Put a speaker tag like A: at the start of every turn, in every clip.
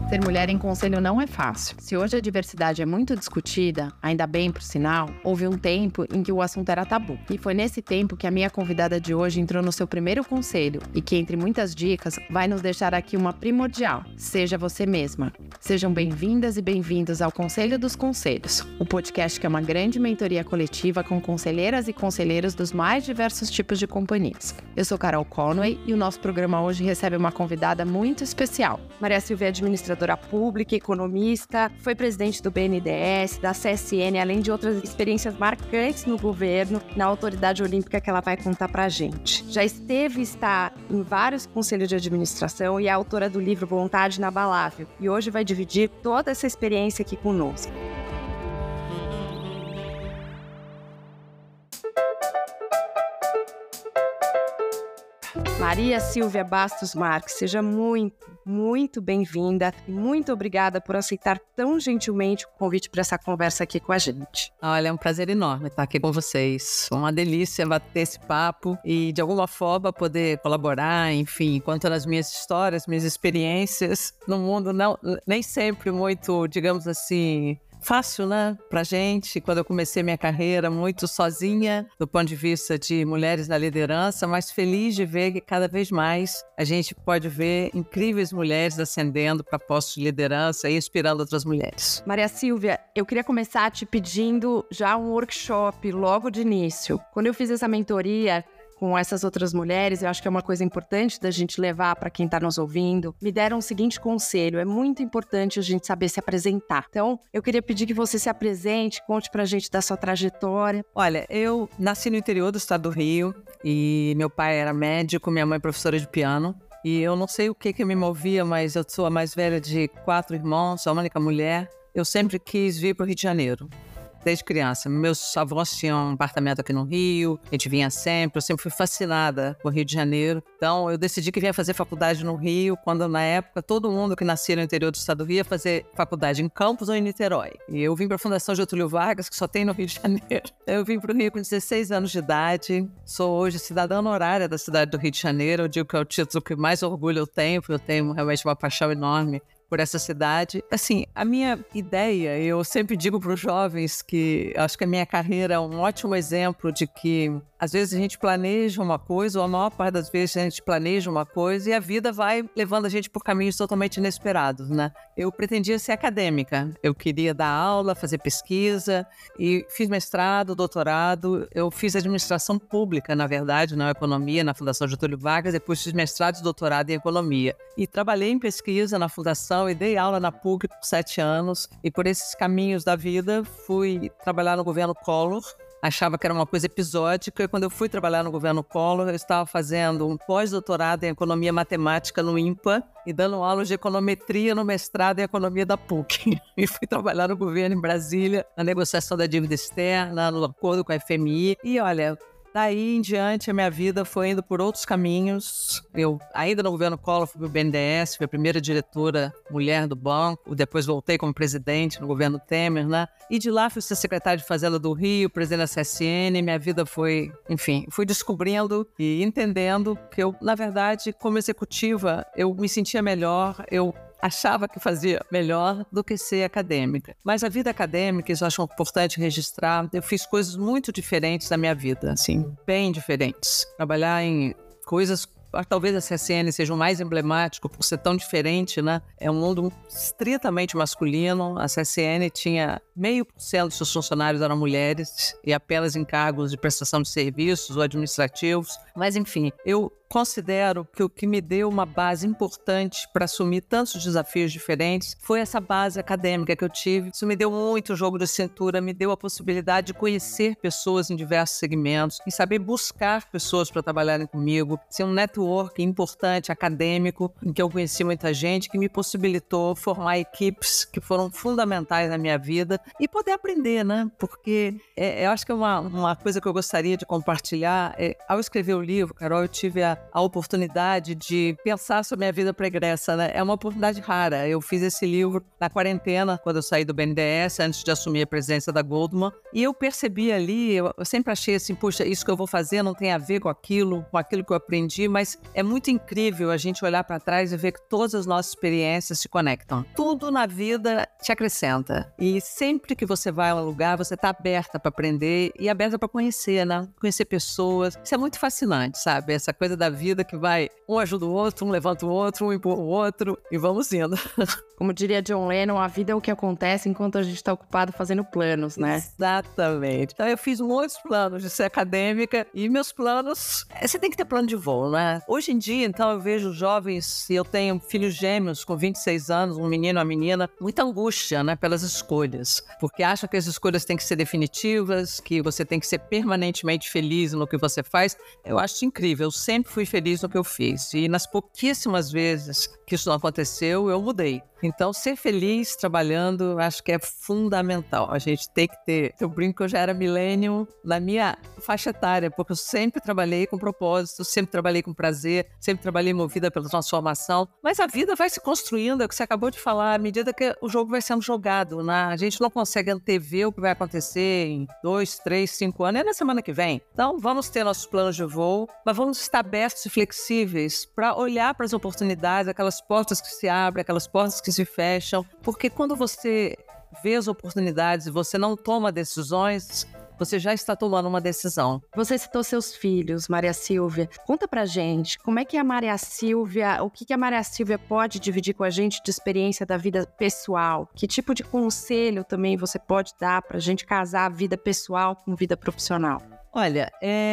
A: Ser mulher em conselho não é fácil. Se hoje a diversidade é muito discutida, ainda bem por sinal, houve um tempo em que o assunto era tabu. E foi nesse tempo que a minha convidada de hoje entrou no seu primeiro conselho e que, entre muitas dicas, vai nos deixar aqui uma primordial. Seja você mesma. Sejam bem-vindas e bem-vindos ao Conselho dos Conselhos, o podcast que é uma grande mentoria coletiva com conselheiras e conselheiros dos mais diversos tipos de companhias. Eu sou Carol Conway e o nosso programa hoje recebe uma convidada muito especial. Maria Silvia é administradora pública, economista, foi presidente do BNDES, da CSN, além de outras experiências marcantes no governo, na autoridade olímpica que ela vai contar pra gente. Já esteve e está em vários conselhos de administração e é autora do livro Vontade Inabalável. E hoje vai dividir toda essa experiência aqui conosco. Maria Silvia Bastos Marques, seja muito bem-vinda e muito obrigada por aceitar tão gentilmente o convite para essa conversa aqui com a gente.
B: Olha, é um prazer enorme estar aqui com vocês. Uma delícia bater esse papo e, de alguma forma, poder colaborar, enfim, contando as minhas histórias, minhas experiências no mundo nem sempre muito, digamos assim, fácil, né, pra gente. Quando eu comecei minha carreira muito sozinha, do ponto de vista de mulheres na liderança, mas feliz de ver que cada vez mais a gente pode ver incríveis mulheres ascendendo para postos de liderança e inspirando outras mulheres.
A: Maria Silvia, eu queria começar te pedindo já um workshop logo de início. Quando eu fiz essa mentoria com essas outras mulheres, eu acho que é uma coisa importante da gente levar para quem está nos ouvindo, me deram o seguinte conselho: é muito importante a gente saber se apresentar. Então, eu queria pedir que você se apresente, conte pra gente da sua trajetória.
B: Olha, eu nasci no interior do estado do Rio e meu pai era médico, minha mãe professora de piano. E eu não sei o que me movia, mas eu sou a mais velha de 4 irmãos, sou a única mulher. Eu sempre quis vir para o Rio de Janeiro. Desde criança. Meus avós tinham um apartamento aqui no Rio, a gente vinha sempre, eu sempre fui fascinada com o Rio de Janeiro. Então, eu decidi que vinha fazer faculdade no Rio, quando na época todo mundo que nascia no interior do estado do Rio ia fazer faculdade em Campos ou em Niterói. E eu vim para a Fundação Getúlio Vargas, que só tem no Rio de Janeiro. Eu vim para o Rio com 16 anos de idade, sou hoje cidadã honorária da cidade do Rio de Janeiro. Eu digo que é o título que mais orgulho eu tenho, porque eu tenho realmente uma paixão enorme por essa cidade. Assim, a minha ideia, eu sempre digo para os jovens que acho que a minha carreira é um ótimo exemplo de que às vezes a gente planeja uma coisa, ou a maior parte das vezes a gente planeja uma coisa e a vida vai levando a gente por caminhos totalmente inesperados, né? Eu pretendia ser acadêmica, eu queria dar aula, fazer pesquisa e fiz mestrado, doutorado, eu fiz administração pública, na verdade, na economia, na Fundação Getúlio Vargas, depois fiz mestrado e doutorado em economia. E trabalhei em pesquisa na Fundação e dei aula na PUC por 7 anos e por esses caminhos da vida fui trabalhar no governo Collor. Achava que era uma coisa episódica e quando eu fui trabalhar no governo Collor, eu estava fazendo um pós-doutorado em economia matemática no INPA e dando aulas de econometria no mestrado em economia da PUC. E fui trabalhar no governo em Brasília, na negociação da dívida externa, no acordo com a FMI. E olha, daí em diante, a minha vida foi indo por outros caminhos. Eu, ainda no governo Collor, fui para o BNDES, fui a primeira diretora mulher do banco. Depois voltei como presidente no governo Temer, né? E de lá fui ser secretária de Fazenda do Rio, presidente da CSN. Minha vida foi, enfim, fui descobrindo e entendendo que eu, na verdade, como executiva, eu me sentia melhor, eu achava que fazia melhor do que ser acadêmica. Mas a vida acadêmica, isso eu acho importante registrar, eu fiz coisas muito diferentes na minha vida, assim, bem diferentes. Trabalhar em coisas, talvez a CSN seja o mais emblemático por ser tão diferente, né? É um mundo estritamente masculino. A CSN tinha 0,5% dos seus funcionários eram mulheres e apenas em cargos de prestação de serviços ou administrativos. Mas, enfim, eu considero que o que me deu uma base importante para assumir tantos desafios diferentes foi essa base acadêmica que eu tive. Isso me deu muito jogo de cintura, me deu a possibilidade de conhecer pessoas em diversos segmentos e saber buscar pessoas para trabalharem comigo, ser um network importante, acadêmico, em que eu conheci muita gente, que me possibilitou formar equipes que foram fundamentais na minha vida e poder aprender, né? Porque eu acho que é uma coisa que eu gostaria de compartilhar. Ao escrever o livro, Carol, eu tive a a oportunidade de pensar sobre a minha vida pregressa, né? É uma oportunidade rara. Eu fiz esse livro na quarentena, quando eu saí do BNDES, antes de assumir a presidência da Goldman, e eu percebi ali, eu sempre achei assim, puxa, isso que eu vou fazer não tem a ver com aquilo que eu aprendi, mas é muito incrível a gente olhar para trás e ver que todas as nossas experiências se conectam. Tudo na vida te acrescenta. E sempre que você vai a um lugar, você está aberta para aprender e aberta para conhecer, né? Conhecer pessoas. Isso é muito fascinante, sabe? Essa coisa da vida que vai, um ajuda o outro, um levanta o outro, um empurra o outro e vamos indo.
A: Como diria John Lennon, a vida é o que acontece enquanto a gente está ocupado fazendo planos, né?
B: Exatamente. Então eu fiz muitos planos de ser acadêmica e meus planos... Você tem que ter plano de voo, né? Hoje em dia, então, eu vejo jovens, e eu tenho filhos gêmeos com 26 anos, um menino e uma menina, muita angústia, né, pelas escolhas, porque acham que as escolhas têm que ser definitivas, que você tem que ser permanentemente feliz no que você faz. Eu acho incrível, eu sempre fui feliz no que eu fiz, e nas pouquíssimas vezes que isso não aconteceu, eu mudei. Então, ser feliz trabalhando, acho que é fundamental. A gente tem que ter... Eu brinco que eu já era millennial na minha faixa etária, porque eu sempre trabalhei com propósito, sempre trabalhei com prazer, sempre trabalhei movida pela transformação. Mas a vida vai se construindo, é o que você acabou de falar, à medida que o jogo vai sendo jogado, né? A gente não consegue antever o que vai acontecer em 2, 3, 5 anos, é na semana que vem. Então, vamos ter nossos planos de voo, mas vamos estar abertos e flexíveis para olhar para as oportunidades, aquelas portas que se abrem, aquelas portas que se fecham, porque quando você vê as oportunidades e você não toma decisões, você já está tomando uma decisão.
A: Você citou seus filhos, Maria Sílvia. Conta pra gente, como é que a Maria Sílvia, o que a Maria Sílvia pode dividir com a gente de experiência da vida pessoal? Que tipo de conselho também você pode dar pra gente casar a vida pessoal com vida profissional?
B: Olha,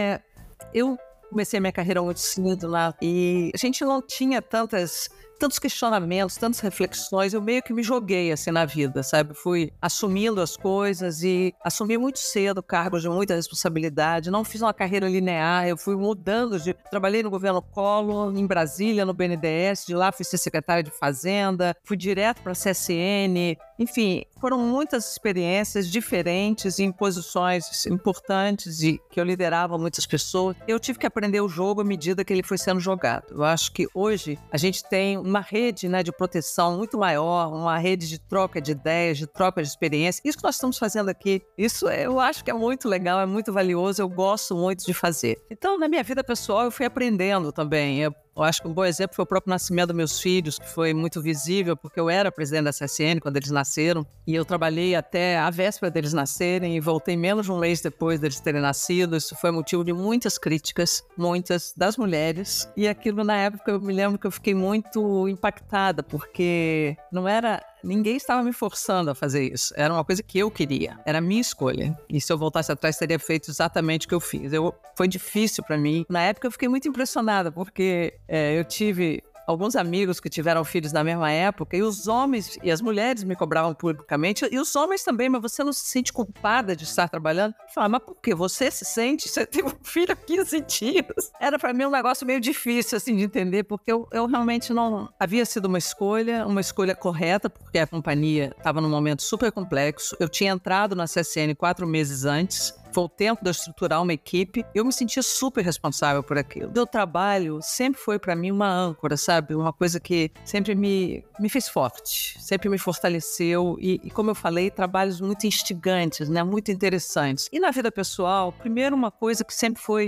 B: eu comecei a minha carreira muito cedo lá e a gente não tinha tantos questionamentos, tantas reflexões, eu meio que me joguei assim na vida, sabe? Fui assumindo as coisas e assumi muito cedo cargos de muita responsabilidade, não fiz uma carreira linear, eu fui mudando, trabalhei no governo Collor, em Brasília, no BNDES, de lá fui ser secretária de Fazenda, fui direto para a CSN, enfim, foram muitas experiências diferentes em posições importantes e que eu liderava muitas pessoas. Eu tive que aprender o jogo à medida que ele foi sendo jogado. Eu acho que hoje a gente tem uma rede, né, de proteção muito maior, uma rede de troca de ideias, de troca de experiência. Isso que nós estamos fazendo aqui, isso eu acho que é muito legal, é muito valioso, eu gosto muito de fazer. Então, na minha vida pessoal, eu fui aprendendo também. Eu acho que um bom exemplo foi o próprio nascimento dos meus filhos, que foi muito visível, porque eu era presidente da CSN quando eles nasceram, e eu trabalhei até a véspera deles nascerem e voltei menos de um mês depois deles terem nascido. Isso foi motivo de muitas críticas, muitas das mulheres, e aquilo na época eu me lembro que eu fiquei muito impactada, porque ninguém estava me forçando a fazer isso. Era uma coisa que eu queria. Era a minha escolha. E se eu voltasse atrás, teria feito exatamente o que eu fiz. Foi difícil para mim. Na época, eu fiquei muito impressionada, porque eu tive alguns amigos que tiveram filhos na mesma época, e os homens e as mulheres me cobravam publicamente, e os homens também, mas você não se sente culpada de estar trabalhando? Eu falava, mas por quê? Você se sente? Você tem um filho há 15 dias. Era para mim um negócio meio difícil, assim, de entender, porque eu realmente não... Havia sido uma escolha correta, porque a companhia estava num momento super complexo. Eu tinha entrado na CSN 4 meses antes, foi o tempo de eu estruturar uma equipe. Eu me sentia super responsável por aquilo. Meu trabalho sempre foi para mim uma âncora, sabe? Uma coisa que sempre me fez forte, sempre me fortaleceu. E como eu falei, trabalhos muito instigantes, né? Muito interessantes. E na vida pessoal, primeiro uma coisa que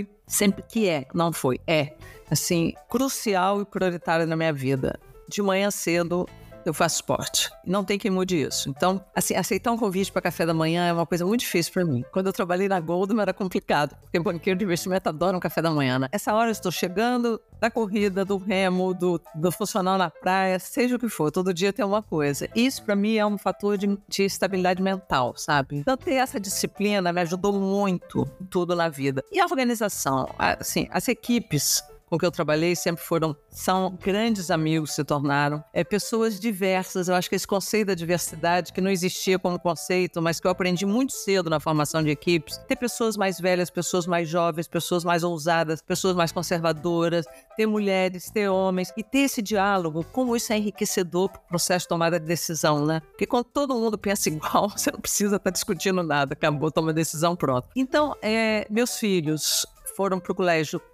B: é assim, crucial e prioritária na minha vida. De manhã cedo, eu faço esporte. Não tem quem mude isso. Então, assim, aceitar um convite para café da manhã é uma coisa muito difícil para mim. Quando eu trabalhei na Goldman era complicado, porque banqueiro de investimento adora um café da manhã, né? Essa hora eu estou chegando da corrida, do remo, do funcional na praia, seja o que for, todo dia tem uma coisa. Isso para mim é um fator de estabilidade mental, sabe? Então, ter essa disciplina me ajudou muito em tudo na vida. E a organização, assim, as equipes com que eu trabalhei são grandes amigos, se tornaram. Pessoas diversas. Eu acho que esse conceito da diversidade, que não existia como conceito, mas que eu aprendi muito cedo na formação de equipes. Ter pessoas mais velhas, pessoas mais jovens, pessoas mais ousadas, pessoas mais conservadoras, ter mulheres, ter homens, e ter esse diálogo, como isso é enriquecedor para o processo de tomada de decisão, né? Porque quando todo mundo pensa igual, você não precisa estar discutindo nada, acabou, toma a decisão, pronto. Então, meus filhos foram para o colégio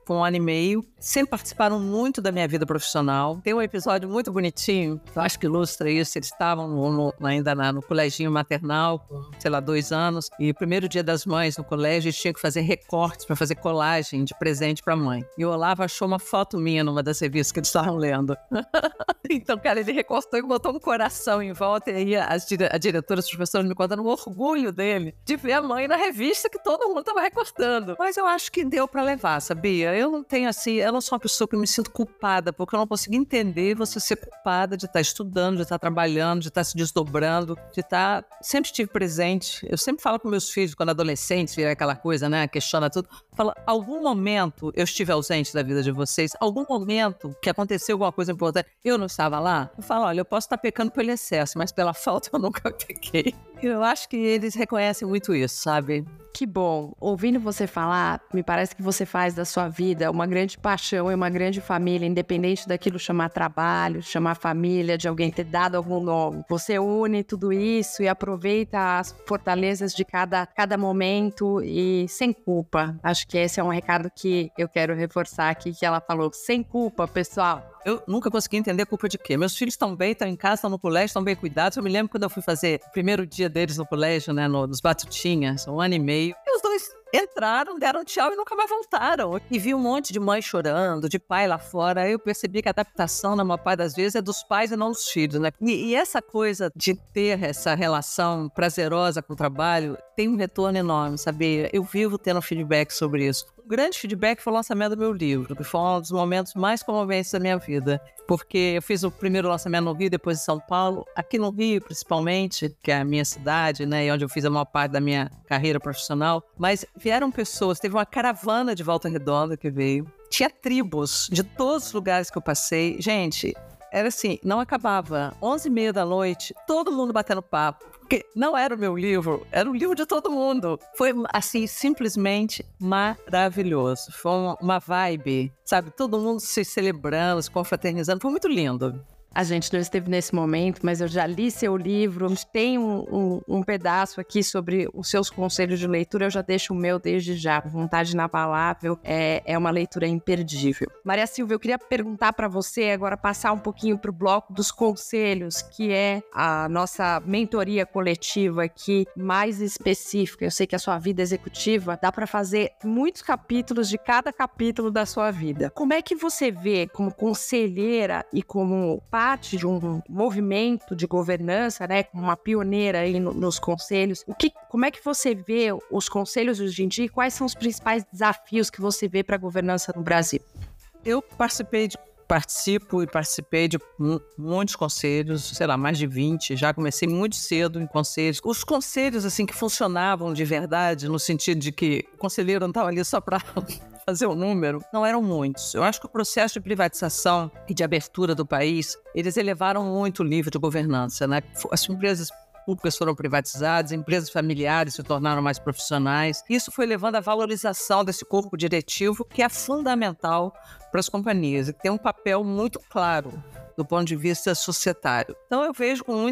B: com 1 ano e meio. Sempre participaram muito da minha vida profissional. Tem um episódio muito bonitinho, que eu acho que ilustra isso. Eles estavam ainda no coleginho maternal, com, sei lá, 2 anos. E o primeiro dia das mães no colégio, eles tinham que fazer recortes para fazer colagem de presente para a mãe. E o Olavo achou uma foto minha numa das revistas que eles estavam lendo. Então, cara, ele recortou e botou um coração em volta. E aí a diretora, os professores me contando o orgulho dele de ver a mãe na revista que todo mundo estava recortando. Mas eu acho que deu para levar, sabia? Eu não tenho assim, eu não sou uma pessoa que me sinto culpada, porque eu não consigo entender você ser culpada de estar estudando, de estar trabalhando, de estar se desdobrando, de estar... Sempre estive presente. Eu sempre falo com meus filhos, quando adolescentes, vira aquela coisa, né? Questiona tudo. Falo, algum momento eu estive ausente da vida de vocês? Algum momento que aconteceu alguma coisa importante, eu não estava lá? Eu falo, olha, eu posso estar pecando pelo excesso, mas pela falta eu nunca pequei. Eu acho que eles reconhecem muito isso, sabe?
A: Que bom. Ouvindo você falar, me parece que você faz da sua vida uma grande paixão e uma grande família, independente daquilo chamar trabalho, chamar família, de alguém ter dado algum nome. Você une tudo isso e aproveita as fortalezas de cada momento e sem culpa. Acho que esse é um recado que eu quero reforçar aqui, que ela falou. Sem culpa, pessoal.
B: Eu nunca consegui entender culpa de quê. Meus filhos estão bem, estão em casa, estão no colégio, estão bem cuidados. Eu me lembro quando eu fui fazer o primeiro dia deles no colégio, né, nos Batutinhas, 1 ano e meio. E os dois entraram, deram tchau e nunca mais voltaram. E vi um monte de mãe chorando, de pai lá fora. Aí eu percebi que a adaptação, na maior parte das vezes, é dos pais e não dos filhos, né? E essa coisa de ter essa relação prazerosa com o trabalho tem um retorno enorme, sabe? Eu vivo tendo feedback sobre isso. Um grande feedback foi o lançamento do meu livro, que foi um dos momentos mais comoventes da minha vida. Porque eu fiz o primeiro lançamento no Rio, depois em São Paulo. Aqui no Rio, principalmente, que é a minha cidade, né? E onde eu fiz a maior parte da minha carreira profissional. Mas vieram pessoas, teve uma caravana de Volta Redonda que veio. Tinha tribos de todos os lugares que eu passei. Gente, era assim, não acabava. 11h30 da noite, todo mundo batendo papo. Porque não era o meu livro, era o livro de todo mundo. Foi, assim, simplesmente maravilhoso. Foi uma vibe, sabe? Todo mundo se celebrando, se confraternizando. Foi muito lindo.
A: A gente não esteve nesse momento, mas eu já li seu livro, tem um pedaço aqui sobre os seus conselhos de leitura, eu já deixo o meu desde já, vontade inabalável, é uma leitura imperdível. Maria Silvia, eu queria perguntar para você, agora passar um pouquinho para o bloco dos conselhos, que é a nossa mentoria coletiva aqui, mais específica. Eu sei que a sua vida executiva dá para fazer muitos capítulos de cada capítulo da sua vida. Como é que você vê, como conselheira e como parte de um movimento de governança, né, como uma pioneira aí nos conselhos, como é que você vê os conselhos hoje em dia e quais são os principais desafios que você vê para a governança no Brasil?
B: Eu participo e participei de muitos conselhos, sei lá, mais de 20, já comecei muito cedo em conselhos. Os conselhos, assim, que funcionavam de verdade, no sentido de que o conselheiro não estava ali só para fazer o número, não eram muitos. Eu acho que o processo de privatização e de abertura do país, eles elevaram muito o nível de governança, né? As empresas públicas foram privatizadas, empresas familiares se tornaram mais profissionais. Isso foi levando à valorização desse corpo diretivo, que é fundamental para as companhias, e que tem um papel muito claro do ponto de vista societário. Então eu vejo com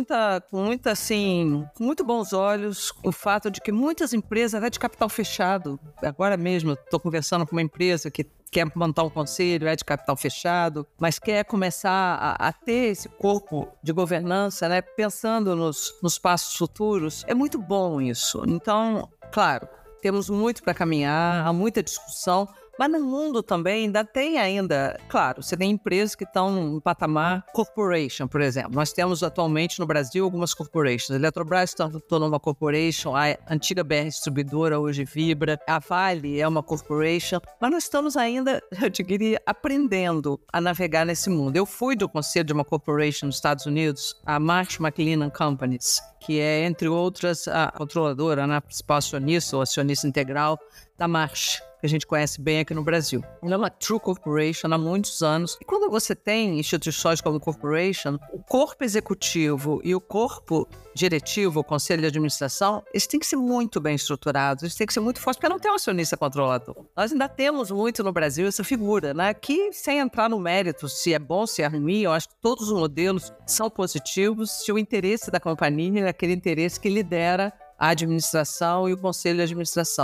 B: muito bons olhos o fato de que muitas empresas, até de capital fechado, agora mesmo estou conversando com uma empresa que quer montar um conselho, é de capital fechado, mas quer começar a ter esse corpo de governança, né, pensando nos passos futuros. É muito bom isso. Então, claro, temos muito para caminhar, há muita discussão, mas no mundo também claro, você tem empresas que estão no patamar corporation, por exemplo. Nós temos atualmente no Brasil algumas corporations. A Eletrobras está numa corporation, a antiga BR Distribuidora hoje vibra, a Vale é uma corporation, mas nós estamos ainda, eu diria, aprendendo a navegar nesse mundo. Eu fui do conselho de uma corporation nos Estados Unidos, a Marsh McLennan Companies, que é, entre outras, a controladora, a principal acionista ou acionista integral da Marsh, que a gente conhece bem aqui no Brasil. Ela é uma true corporation há muitos anos. E quando você tem instituições como corporation, o corpo executivo e o corpo diretivo, o conselho de administração, eles têm que ser muito bem estruturados, eles têm que ser muito fortes, porque não tem um acionista controlador. Nós ainda temos muito no Brasil essa figura, né? Que, sem entrar no mérito se é bom, se é ruim, eu acho que todos os modelos são positivos se o interesse da companhia é aquele interesse que lidera a administração e o conselho de administração.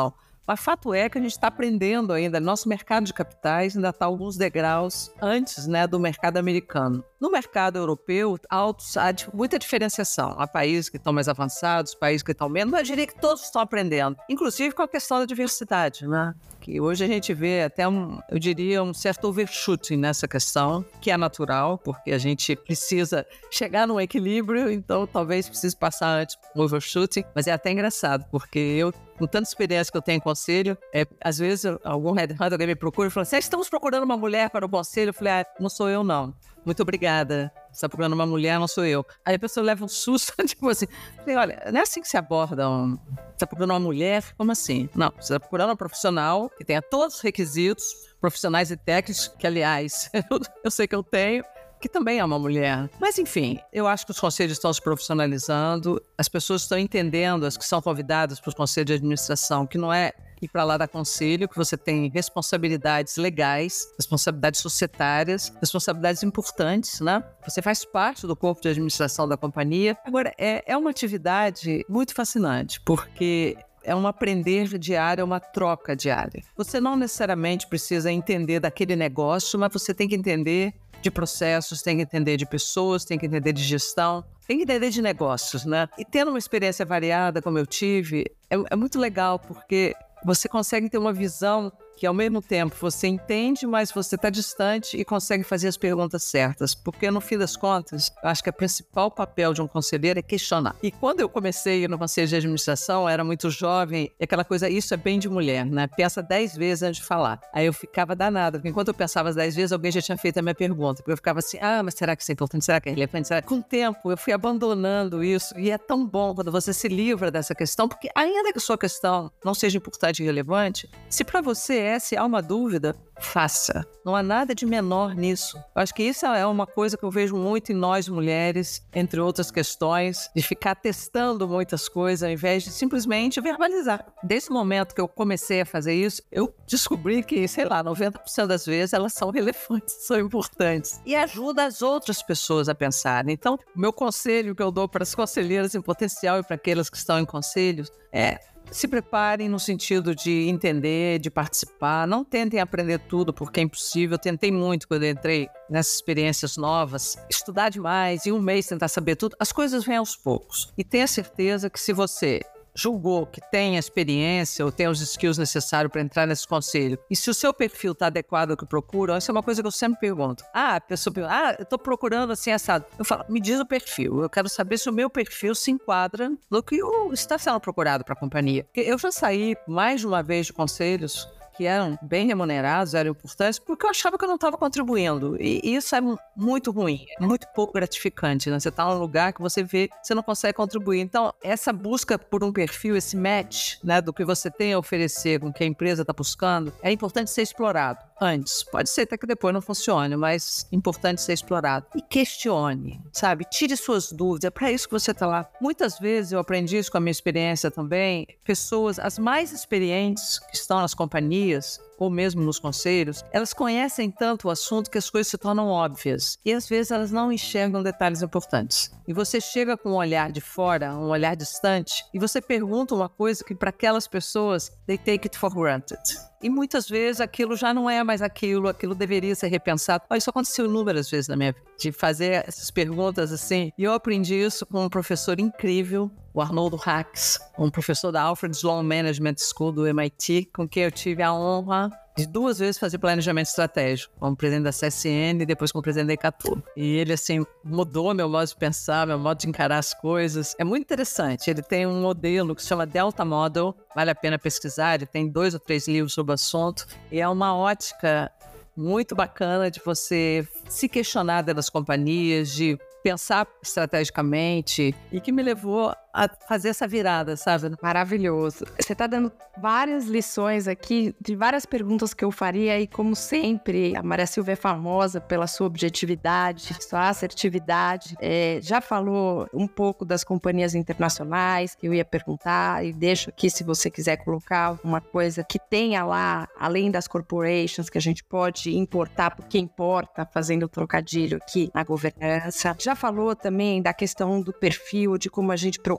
B: Mas fato é que a gente está aprendendo ainda, nosso mercado de capitais ainda está alguns degraus antes, né, do mercado americano. No mercado europeu, há muita diferenciação. Há países que estão mais avançados, países que estão menos, mas eu diria que todos estão aprendendo, inclusive com a questão da diversidade, né? Que hoje a gente vê até eu diria, um certo overshooting nessa questão, que é natural, porque a gente precisa chegar num equilíbrio, então talvez precise passar antes do overshooting, mas é até engraçado, porque eu, com tanta experiência que eu tenho em conselho, às vezes algum headhunter, alguém me procura e fala assim, estamos procurando uma mulher para o conselho. Eu falei, não sou eu não. Muito obrigada. Você está procurando uma mulher, não sou eu. Aí a pessoa leva um susto, tipo assim. Falei, olha, não é assim que se aborda. Você está procurando uma mulher? Como assim? Não, você está procurando um profissional que tenha todos os requisitos, profissionais e técnicos, que, aliás, eu sei que eu tenho, que também é uma mulher. Mas, enfim, eu acho que os conselhos estão se profissionalizando, as pessoas estão entendendo, as que são convidadas para os conselhos de administração, que não é ir para lá dar conselho, que você tem responsabilidades legais, responsabilidades societárias, responsabilidades importantes, né? Você faz parte do corpo de administração da companhia. Agora, é uma atividade muito fascinante, porque é um aprender diário, é uma troca diária. Você não necessariamente precisa entender daquele negócio, mas você tem que entender de processos, tem que entender de pessoas, tem que entender de gestão, tem que entender de negócios, né? E tendo uma experiência variada, como eu tive, é muito legal, porque você consegue ter uma visão que, ao mesmo tempo, você entende, mas você está distante e consegue fazer as perguntas certas. Porque, no fim das contas, eu acho que o principal papel de um conselheiro é questionar. E quando eu comecei no conselho de administração, eu era muito jovem, e aquela coisa, isso é bem de mulher, né? Pensa 10 vezes antes de falar. Aí eu ficava danada, porque enquanto eu pensava as 10 vezes, alguém já tinha feito a minha pergunta. Porque eu ficava assim, mas será que isso é importante? Será que é relevante? Com o tempo, eu fui abandonando isso, e é tão bom quando você se livra dessa questão, porque ainda que a sua questão não seja importante e relevante, se para você se há uma dúvida, faça. Não há nada de menor nisso. Eu acho que isso é uma coisa que eu vejo muito em nós mulheres, entre outras questões, de ficar testando muitas coisas ao invés de simplesmente verbalizar. Desde o momento que eu comecei a fazer isso, eu descobri que, 90% das vezes elas são relevantes, são importantes. E ajuda as outras pessoas a pensarem. Então, o meu conselho que eu dou para as conselheiras em potencial e para aquelas que estão em conselhos é: se preparem no sentido de entender, de participar. Não tentem aprender tudo, porque é impossível. Eu tentei muito quando eu entrei nessas experiências novas. Estudar demais, em um mês tentar saber tudo. As coisas vêm aos poucos. E tenha certeza que se você julgou que tem a experiência ou tem os skills necessários para entrar nesse conselho, e se o seu perfil está adequado ao que procura, isso é uma coisa que eu sempre pergunto. A pessoa pergunta, eu estou procurando assim, assado. Eu falo, me diz o perfil. Eu quero saber se o meu perfil se enquadra no que está sendo procurado para a companhia. Porque eu já saí mais de uma vez de conselhos que eram bem remunerados, eram importantes, porque eu achava que eu não estava contribuindo. E isso é muito ruim, é muito pouco gratificante, né? Você está num lugar que você vê que você não consegue contribuir. Então, essa busca por um perfil, esse match, né, do que você tem a oferecer com o que a empresa está buscando, é importante ser explorado antes. Pode ser até que depois não funcione, mas é importante ser explorado. E questione, sabe? Tire suas dúvidas, é para isso que você está lá. Muitas vezes, eu aprendi isso com a minha experiência também, pessoas, as mais experientes que estão nas companhias, ou mesmo nos conselhos, elas conhecem tanto o assunto que as coisas se tornam óbvias. E às vezes elas não enxergam detalhes importantes. E você chega com um olhar de fora, um olhar distante, e você pergunta uma coisa que para aquelas pessoas, they take it for granted. E muitas vezes aquilo já não é mais aquilo deveria ser repensado. Isso aconteceu inúmeras vezes na minha vida, de fazer essas perguntas assim. E eu aprendi isso com um professor incrível, o Arnoldo Hacks, um professor da Alfred Sloan Management School do MIT, com quem eu tive a honra de 2 vezes fazer planejamento estratégico, como presidente da CSN e depois como presidente da Icatu. E ele, assim, mudou meu modo de pensar, meu modo de encarar as coisas. É muito interessante. Ele tem um modelo que se chama Delta Model, vale a pena pesquisar, ele tem 2 ou 3 livros sobre o assunto, e é uma ótica muito bacana de você se questionar das companhias, de pensar estrategicamente, e que me levou a fazer essa virada, sabe?
A: Maravilhoso. Você está dando várias lições aqui, de várias perguntas que eu faria, e como sempre, a Maria Silvia é famosa pela sua objetividade, sua assertividade. Já falou um pouco das companhias internacionais, que eu ia perguntar, e deixo aqui se você quiser colocar alguma coisa que tenha lá, além das corporations, que a gente pode importar, porque importa, fazendo o trocadilho aqui na governança. Já falou também da questão do perfil, de como a gente procura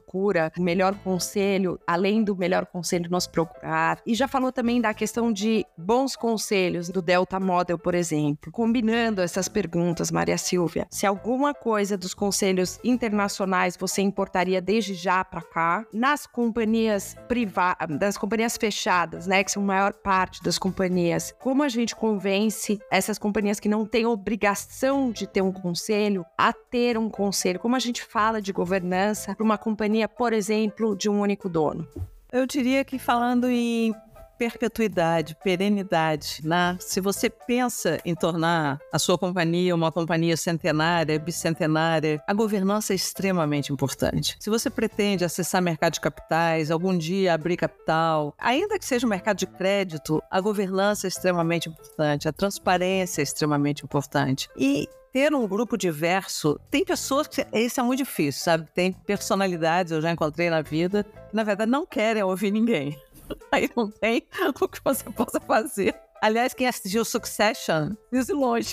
A: procura o melhor conselho, além do melhor conselho nos procurar. E já falou também da questão de bons conselhos do Delta Model, por exemplo. Combinando essas perguntas, Maria Silvia, se alguma coisa dos conselhos internacionais você importaria desde já para cá, nas companhias privadas, das companhias fechadas, né, que são a maior parte das companhias, como a gente convence essas companhias que não têm obrigação de ter um conselho a ter um conselho? Como a gente fala de governança para uma companhia, por exemplo, de um único dono?
B: Eu diria que falando em perpetuidade, perenidade, né? Se você pensa em tornar a sua companhia uma companhia centenária, bicentenária, a governança é extremamente importante. Se você pretende acessar mercado de capitais, algum dia abrir capital, ainda que seja um mercado de crédito, a governança é extremamente importante, a transparência é extremamente importante. E ter um grupo diverso, tem pessoas que isso é muito difícil, sabe? Tem personalidades, eu já encontrei na vida, que na verdade não querem ouvir ninguém. Aí não tem o que você possa fazer. Aliás, quem assistiu Succession, diz longe.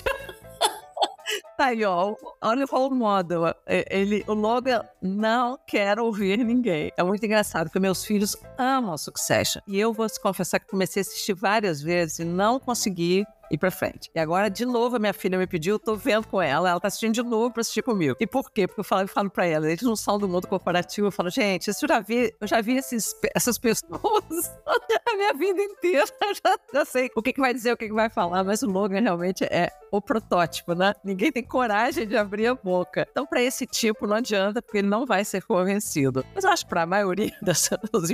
B: Tá aí, ó. Olha o role model. O Logan não quer ouvir ninguém. É muito engraçado, porque meus filhos amam Succession. E eu vou te confessar que comecei a assistir várias vezes e não consegui ir pra frente. E agora, de novo, a minha filha me pediu, eu tô vendo com ela tá assistindo de novo pra assistir comigo. E por quê? Porque eu falo pra ela, eles não são do mundo corporativo, eu falo, gente, eu já vi essas pessoas a minha vida inteira, já sei o que vai dizer, o que vai falar, mas o Logan realmente é o protótipo, né? Ninguém tem coragem de abrir a boca. Então, pra esse tipo, não adianta, porque ele não vai ser convencido. Mas eu acho que pra maioria das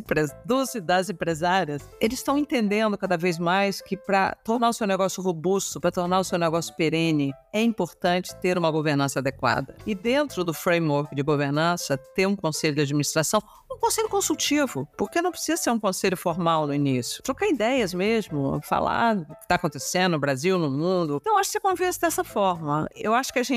B: empresárias, eles estão entendendo cada vez mais que pra tornar o seu negócio robusto, para tornar o seu negócio perene, é importante ter uma governança adequada. E dentro do framework de governança, ter um conselho de administração, um conselho consultivo, porque não precisa ser um conselho formal no início. Trocar ideias mesmo, falar o que está acontecendo no Brasil, no mundo. Então, acho que você convence dessa forma. Eu acho que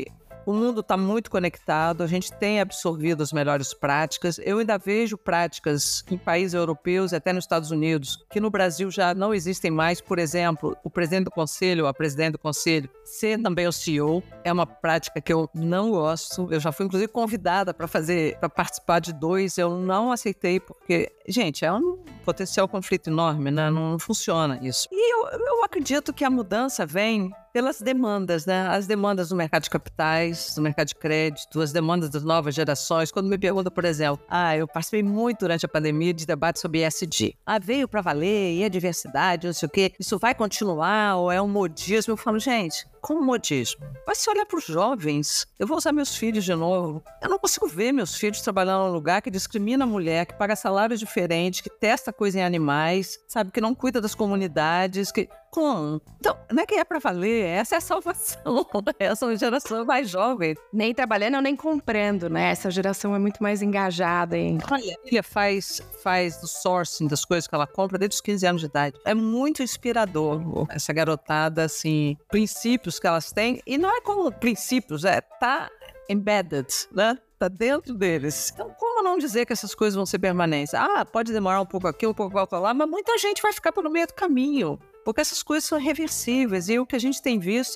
B: o mundo está muito conectado, a gente tem absorvido as melhores práticas. Eu ainda vejo práticas em países europeus e até nos Estados Unidos, que no Brasil já não existem mais. Por exemplo, o presidente do conselho, a presidente do conselho, ser também o CEO, é uma prática que eu não gosto. Eu já fui, inclusive, convidada para participar de 2, eu não aceitei, porque, gente, é um potencial conflito enorme, né? Não funciona isso. E eu acredito que a mudança vem pelas demandas, né? As demandas do mercado de capitais, do mercado de crédito, as demandas das novas gerações. Quando me perguntam, por exemplo, eu participei muito durante a pandemia de debate sobre ESG. Veio para valer, e a diversidade, não sei o quê. Isso vai continuar ou é um modismo? Eu falo, gente, como modismo? Mas se olhar para os jovens, eu vou usar meus filhos de novo. Eu não consigo ver meus filhos trabalhando num lugar que discrimina a mulher, que paga salários diferentes, que testa coisa em animais, sabe, que não cuida das comunidades, que... Como? Então, não é que é para valer, essa é a salvação. Essa geração mais jovem.
A: Nem trabalhando, nem comprando, né? Essa geração é muito mais engajada em...
B: Olha, a filha faz o sourcing das coisas que ela compra desde os 15 anos de idade. É muito inspirador essa garotada, assim, princípios que elas têm. E não é como princípios, tá embedded, né? Tá dentro deles. Então, como não dizer que essas coisas vão ser permanentes? Pode demorar um pouco aqui, um pouco lá, mas muita gente vai ficar pelo meio do caminho. Porque essas coisas são reversíveis e o que a gente tem visto é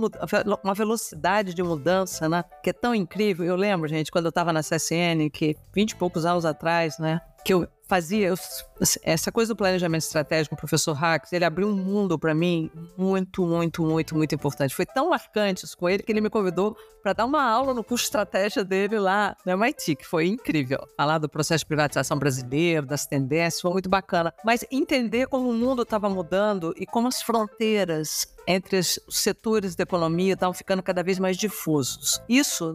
B: uma velocidade de mudança, né? Que é tão incrível. Eu lembro, gente, quando eu estava na CSN, que 20 e poucos anos atrás, né? Que eu fazia essa coisa do planejamento estratégico com o professor Hacks, ele abriu um mundo para mim muito, muito, muito, muito importante. Foi tão marcante isso com ele que ele me convidou para dar uma aula no curso de estratégia dele lá no MIT, que foi incrível. Falar do processo de privatização brasileiro, das tendências, foi muito bacana. Mas entender como o mundo estava mudando e como as fronteiras entre os setores da economia estavam ficando cada vez mais difusos. Isso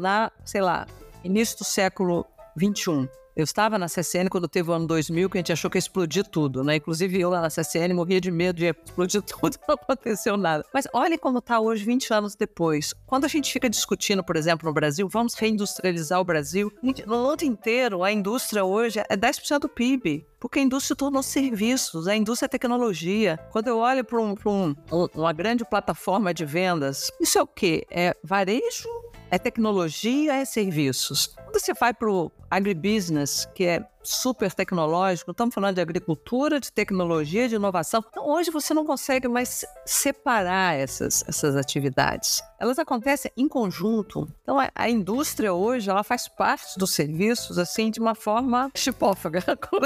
B: início do século XXI. Eu estava na CSN quando teve o ano 2000, que a gente achou que ia explodir tudo, né? Inclusive eu lá na CSN morria de medo de explodir tudo, não aconteceu nada. Mas olha como está hoje, 20 anos depois. Quando a gente fica discutindo, por exemplo, no Brasil, vamos reindustrializar o Brasil, no mundo inteiro, a indústria hoje é 10% do PIB. Porque a indústria tornou serviços, a indústria é tecnologia. Quando eu olho para uma grande plataforma de vendas, isso é o quê? É varejo? É tecnologia, é serviços. Quando você vai para o agribusiness, que é super tecnológico, estamos falando de agricultura, de tecnologia, de inovação. Então, hoje você não consegue mais separar essas atividades. Elas acontecem em conjunto. Então, a indústria hoje, ela faz parte dos serviços, assim, de uma forma chipófaga.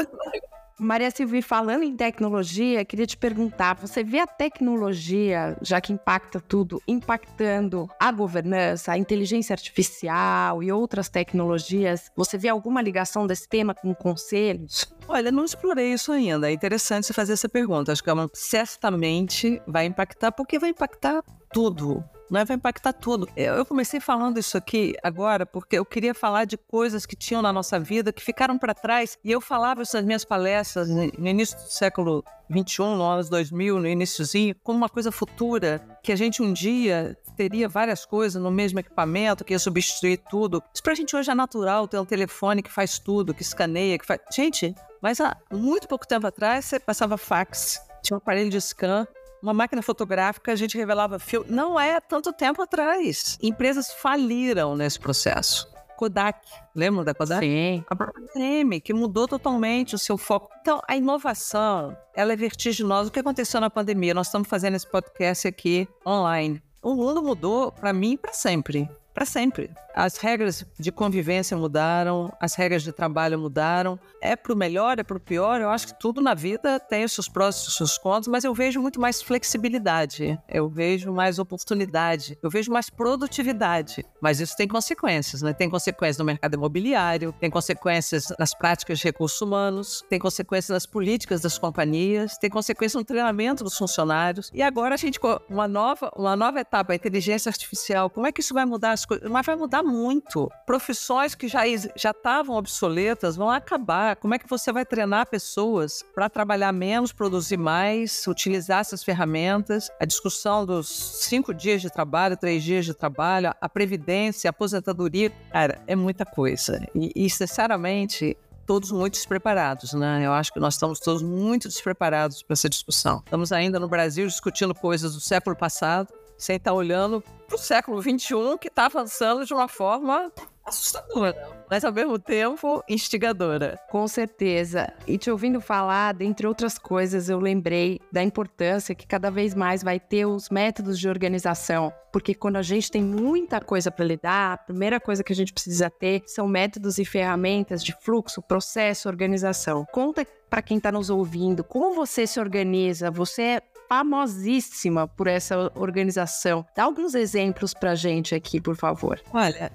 A: Maria Silvia, falando em tecnologia, queria te perguntar, você vê a tecnologia, já que impacta tudo, impactando a governança, a inteligência artificial e outras tecnologias? Você vê alguma ligação desse tema com conselhos?
B: Olha, não explorei isso ainda. É interessante você fazer essa pergunta. Acho que certamente vai impactar, porque vai impactar tudo. Vai impactar tudo. Eu comecei falando isso aqui agora porque eu queria falar de coisas que tinham na nossa vida, que ficaram para trás, e eu falava isso nas minhas palestras no início do século XXI, no anos 2000, no iniciozinho, como uma coisa futura, que a gente um dia teria várias coisas no mesmo equipamento, que ia substituir tudo. Isso pra gente hoje é natural, ter um telefone que faz tudo, que escaneia, que faz... Gente, mas há muito pouco tempo atrás, você passava fax, tinha um aparelho de scan, uma máquina fotográfica, a gente revelava filme. Não é tanto tempo atrás. Empresas faliram nesse processo. Kodak, lembra da Kodak?
A: Sim.
B: A própria IBM, que mudou totalmente o seu foco. Então, a inovação, ela é vertiginosa. O que aconteceu na pandemia? Nós estamos fazendo esse podcast aqui online. O mundo mudou para mim e para sempre. Para sempre. As regras de convivência mudaram, as regras de trabalho mudaram. É para o melhor, é para o pior. Eu acho que tudo na vida tem os seus prós e os seus contras, mas eu vejo muito mais flexibilidade, eu vejo mais oportunidade, eu vejo mais produtividade. Mas isso tem consequências, né? Tem consequências no mercado imobiliário, tem consequências nas práticas de recursos humanos, tem consequências nas políticas das companhias, tem consequências no treinamento dos funcionários. E agora a gente, uma nova etapa, a inteligência artificial, como é que isso vai mudar as coisas? Mas vai mudar muito. Profissões que já estavam obsoletas vão acabar. Como é que você vai treinar pessoas para trabalhar menos, produzir mais, utilizar essas ferramentas? A discussão dos 5 dias de trabalho, 3 dias de trabalho, a previdência, a aposentadoria, cara, é muita coisa. E sinceramente, todos muito despreparados, né? Eu acho que nós estamos todos muito despreparados para essa discussão. Estamos ainda no Brasil discutindo coisas do século passado, sem estar olhando para o século XXI, que está avançando de uma forma assustadora, mas ao mesmo tempo instigadora.
A: Com certeza. E te ouvindo falar, dentre outras coisas, eu lembrei da importância que cada vez mais vai ter os métodos de organização. Porque quando a gente tem muita coisa para lidar, a primeira coisa que a gente precisa ter são métodos e ferramentas de fluxo, processo, organização. Conta para quem está nos ouvindo, como você se organiza? Você é famosíssima por essa organização. Dá alguns exemplos pra gente aqui, por favor.
B: Olha,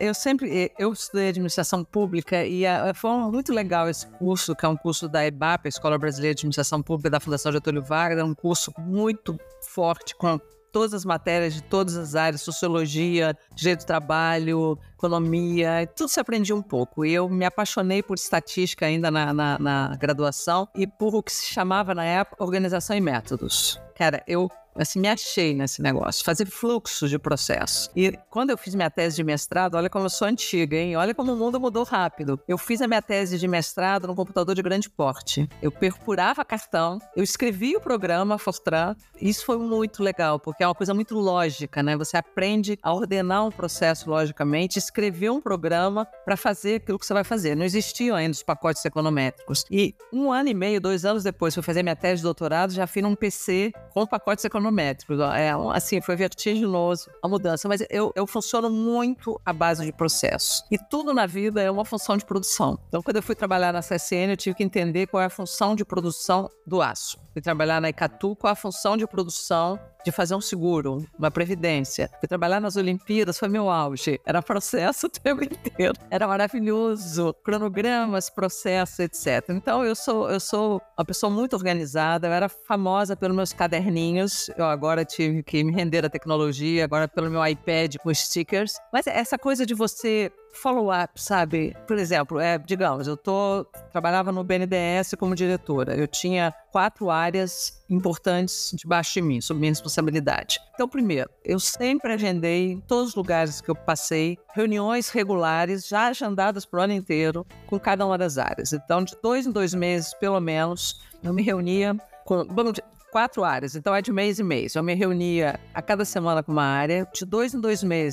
B: eu estudei administração pública e foi muito legal esse curso, que é um curso da EBAP, a Escola Brasileira de Administração Pública da Fundação Getúlio Vargas. É um curso muito forte, com todas as matérias de todas as áreas, sociologia, direito do trabalho, economia, tudo se aprendia um pouco. E eu me apaixonei por estatística ainda na graduação e por o que se chamava na época organização e métodos. Cara, eu me achei nesse negócio, fazer fluxos de processo. E quando eu fiz minha tese de mestrado, olha como eu sou antiga, hein? Olha como o mundo mudou rápido. Eu fiz a minha tese de mestrado num computador de grande porte. Eu perfurava cartão, eu escrevia o programa Fortran. Isso foi muito legal, porque é uma coisa muito lógica, né? Você aprende a ordenar um processo logicamente, escrever um programa para fazer aquilo que você vai fazer. Não existiam ainda os pacotes econométricos. E 1 ano e meio, 2 anos depois que eu fazer minha tese de doutorado, já fiz um PC com pacotes econométricos. Foi vertiginoso a mudança, mas eu funciono muito à base de processo. E tudo na vida é uma função de produção. Então, quando eu fui trabalhar na CSN, eu tive que entender qual é a função de produção do aço. Fui trabalhar na Icatu, qual é a função de produção de fazer um seguro, uma previdência. Fui trabalhar nas Olimpíadas, foi meu auge. Era processo o tempo inteiro. Era maravilhoso. Cronogramas, processos, etc. Então, eu sou uma pessoa muito organizada. Eu era famosa pelos meus caderninhos. Eu agora tive que me render à tecnologia, agora pelo meu iPad com stickers. Mas essa coisa de você follow-up, sabe? Por exemplo, digamos, trabalhava no BNDES como diretora. Eu tinha 4 áreas importantes debaixo de mim, sob minha responsabilidade. Então, primeiro, eu sempre agendei em todos os lugares que eu passei reuniões regulares, já agendadas para o ano inteiro, com cada uma das áreas. Então, de 2 em 2 meses, pelo menos, eu me reunia com 4 áreas, então é de mês em mês. Eu me reunia a cada semana com uma área, de 2 em 2 meses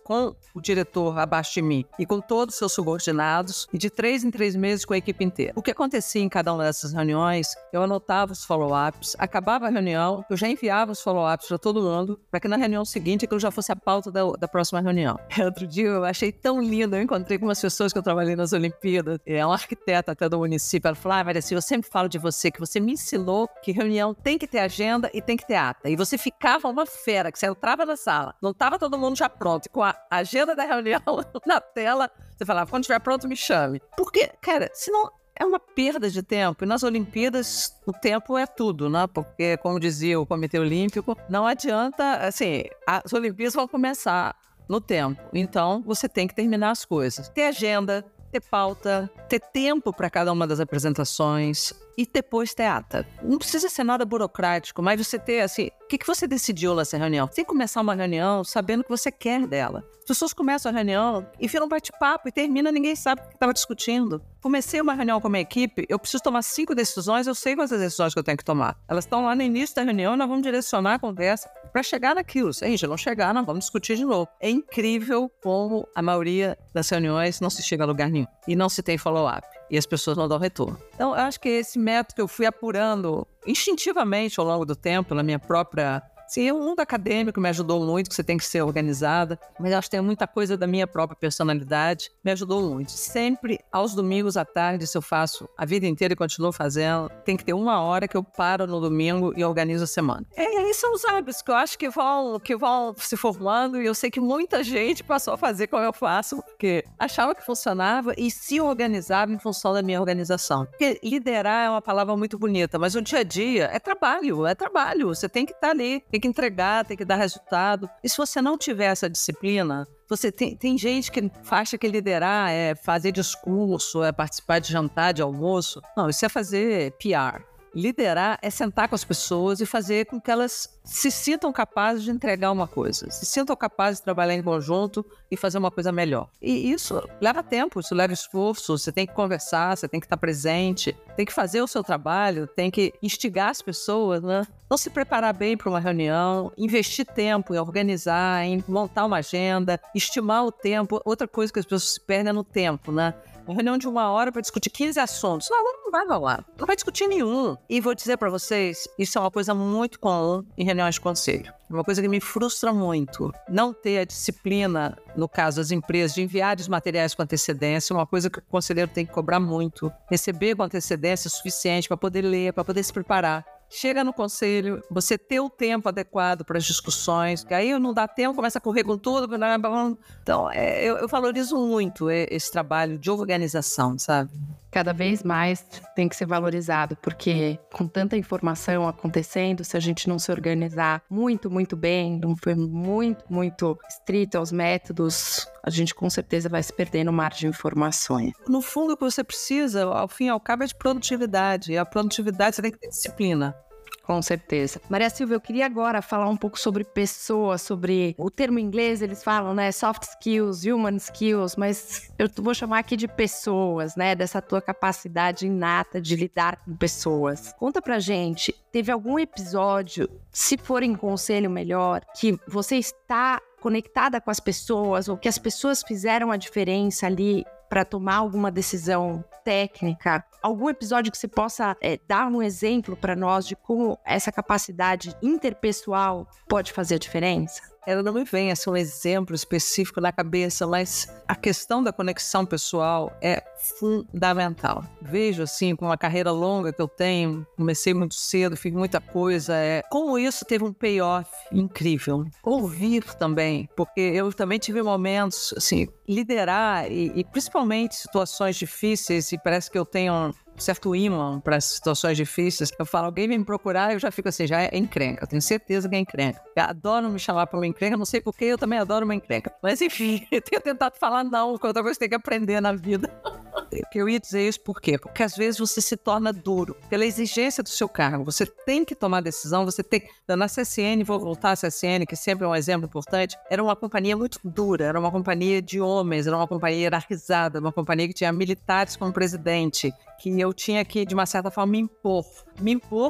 B: com o diretor abaixo de mim e com todos os seus subordinados, e de 3 em 3 meses com a equipe inteira. O que acontecia em cada uma dessas reuniões, eu anotava os follow-ups, acabava a reunião, eu já enviava os follow-ups para todo mundo, para que na reunião seguinte aquilo já fosse a pauta da próxima reunião. Outro dia eu achei tão lindo, eu encontrei com umas pessoas que eu trabalhei nas Olimpíadas, é um arquiteto até do município, ela falou: Maria Silvia, eu sempre falo de você, que você me ensinou que reunião tem que ter agenda e tem que ter ata. E você ficava uma fera, que você entrava na sala, não estava todo mundo já pronto, e com a agenda da reunião na tela, você falava: quando estiver pronto, me chame. Porque, cara, senão é uma perda de tempo. E nas Olimpíadas, o tempo é tudo, né? Porque, como dizia o Comitê Olímpico, não adianta, assim, as Olimpíadas vão começar no tempo. Então, você tem que terminar as coisas. Ter agenda, ter pauta, ter tempo para cada uma das apresentações e depois ter ata. Não precisa ser nada burocrático, mas você ter, assim, o que você decidiu nessa reunião? Você tem que começar uma reunião sabendo o que você quer dela. As pessoas começam a reunião e viram um bate-papo e termina, ninguém sabe o que estava discutindo. Comecei uma reunião com a minha equipe, eu preciso tomar 5 decisões, eu sei quais as decisões que eu tenho que tomar. Elas estão lá no início da reunião, nós vamos direcionar a conversa para chegar naquilo. Se a gente não chegar, nós vamos discutir de novo. É incrível como a maioria das reuniões não se chega a lugar nenhum e não se tem follow-up. E as pessoas não dão retorno. Então, eu acho que esse método que eu fui apurando instintivamente ao longo do tempo, na minha própria... Sim, o mundo acadêmico me ajudou muito, que você tem que ser organizada, mas eu acho que tem muita coisa da minha própria personalidade, me ajudou muito. Sempre, aos domingos à tarde, isso eu faço a vida inteira e continuo fazendo, tem que ter 1 hora que eu paro no domingo e organizo a semana. Esses são os hábitos que eu acho que vão se formando, e eu sei que muita gente passou a fazer como eu faço, porque achava que funcionava e se organizava em função da minha organização. Porque liderar é uma palavra muito bonita, mas o dia a dia é trabalho, você tem que estar ali, tem que entregar, tem que dar resultado. E se você não tiver essa disciplina, você tem gente que acha que liderar é fazer discurso, é participar de jantar, de almoço. Não, isso é fazer PR. Liderar é sentar com as pessoas e fazer com que elas se sintam capazes de entregar uma coisa, se sintam capazes de trabalhar em conjunto e fazer uma coisa melhor. E isso leva tempo, isso leva esforço, você tem que conversar, você tem que estar presente, tem que fazer o seu trabalho, tem que instigar as pessoas, né? Então, se preparar bem para uma reunião, investir tempo em organizar, em montar uma agenda, estimar o tempo. Outra coisa que as pessoas se perdem é no tempo, né? Uma reunião de 1 hora para discutir 15 assuntos. Não vai rolar. Não vai discutir nenhum. E vou dizer para vocês, isso é uma coisa muito comum em reuniões de conselho. É uma coisa que me frustra muito. Não ter a disciplina, no caso das empresas, de enviar os materiais com antecedência, uma coisa que o conselheiro tem que cobrar muito. Receber com antecedência suficiente para poder ler, para poder se preparar. Chega no conselho, você ter o tempo adequado para as discussões, que aí não dá tempo, começa a correr com tudo. Então, eu valorizo muito esse trabalho de organização, sabe?
A: Cada vez mais tem que ser valorizado, porque com tanta informação acontecendo, se a gente não se organizar muito, muito bem, não for muito estrito aos métodos, a gente com certeza vai se perder no mar de informações.
B: No fundo, o que você precisa, ao fim e ao cabo, é de produtividade. E a produtividade, você tem que ter disciplina.
A: Com certeza. Maria Silvia, eu queria agora falar um pouco sobre pessoas, sobre o termo em inglês, eles falam, né, soft skills, human skills, mas eu vou chamar aqui de pessoas, né, dessa tua capacidade inata de lidar com pessoas. Conta pra gente, teve algum episódio, se for em conselho melhor, que você está conectada com as pessoas ou que as pessoas fizeram a diferença ali para tomar alguma decisão técnica, algum episódio que você possa dar um exemplo para nós de como essa capacidade interpessoal pode fazer a diferença?
B: Ela não me vem assim um exemplo específico na cabeça, mas a questão da conexão pessoal é fundamental. Vejo assim, com uma carreira longa que eu tenho, comecei muito cedo, fiz muita coisa, como isso teve um payoff incrível. Ouvir também, porque eu também tive momentos, assim, liderar e principalmente situações difíceis, e parece que eu tenho um certo imã para situações difíceis. Eu falo, alguém vem me procurar, eu já fico assim, já é encrenca. Eu tenho certeza que é encrenca. Eu adoro me chamar para uma encrenca, não sei porquê, eu também adoro uma encrenca. Mas enfim, eu tenho tentado falar não, que outra coisa que tem que aprender na vida. Eu ia dizer isso por quê? Porque às vezes você se torna duro pela exigência do seu cargo. Você tem que tomar decisão, você tem... Na CSN, vou voltar à CSN, que sempre é um exemplo importante, era uma companhia muito dura, era uma companhia de homens, era uma companhia hierarquizada, uma companhia que tinha militares como presidente, que eu tinha que, de uma certa forma, me impor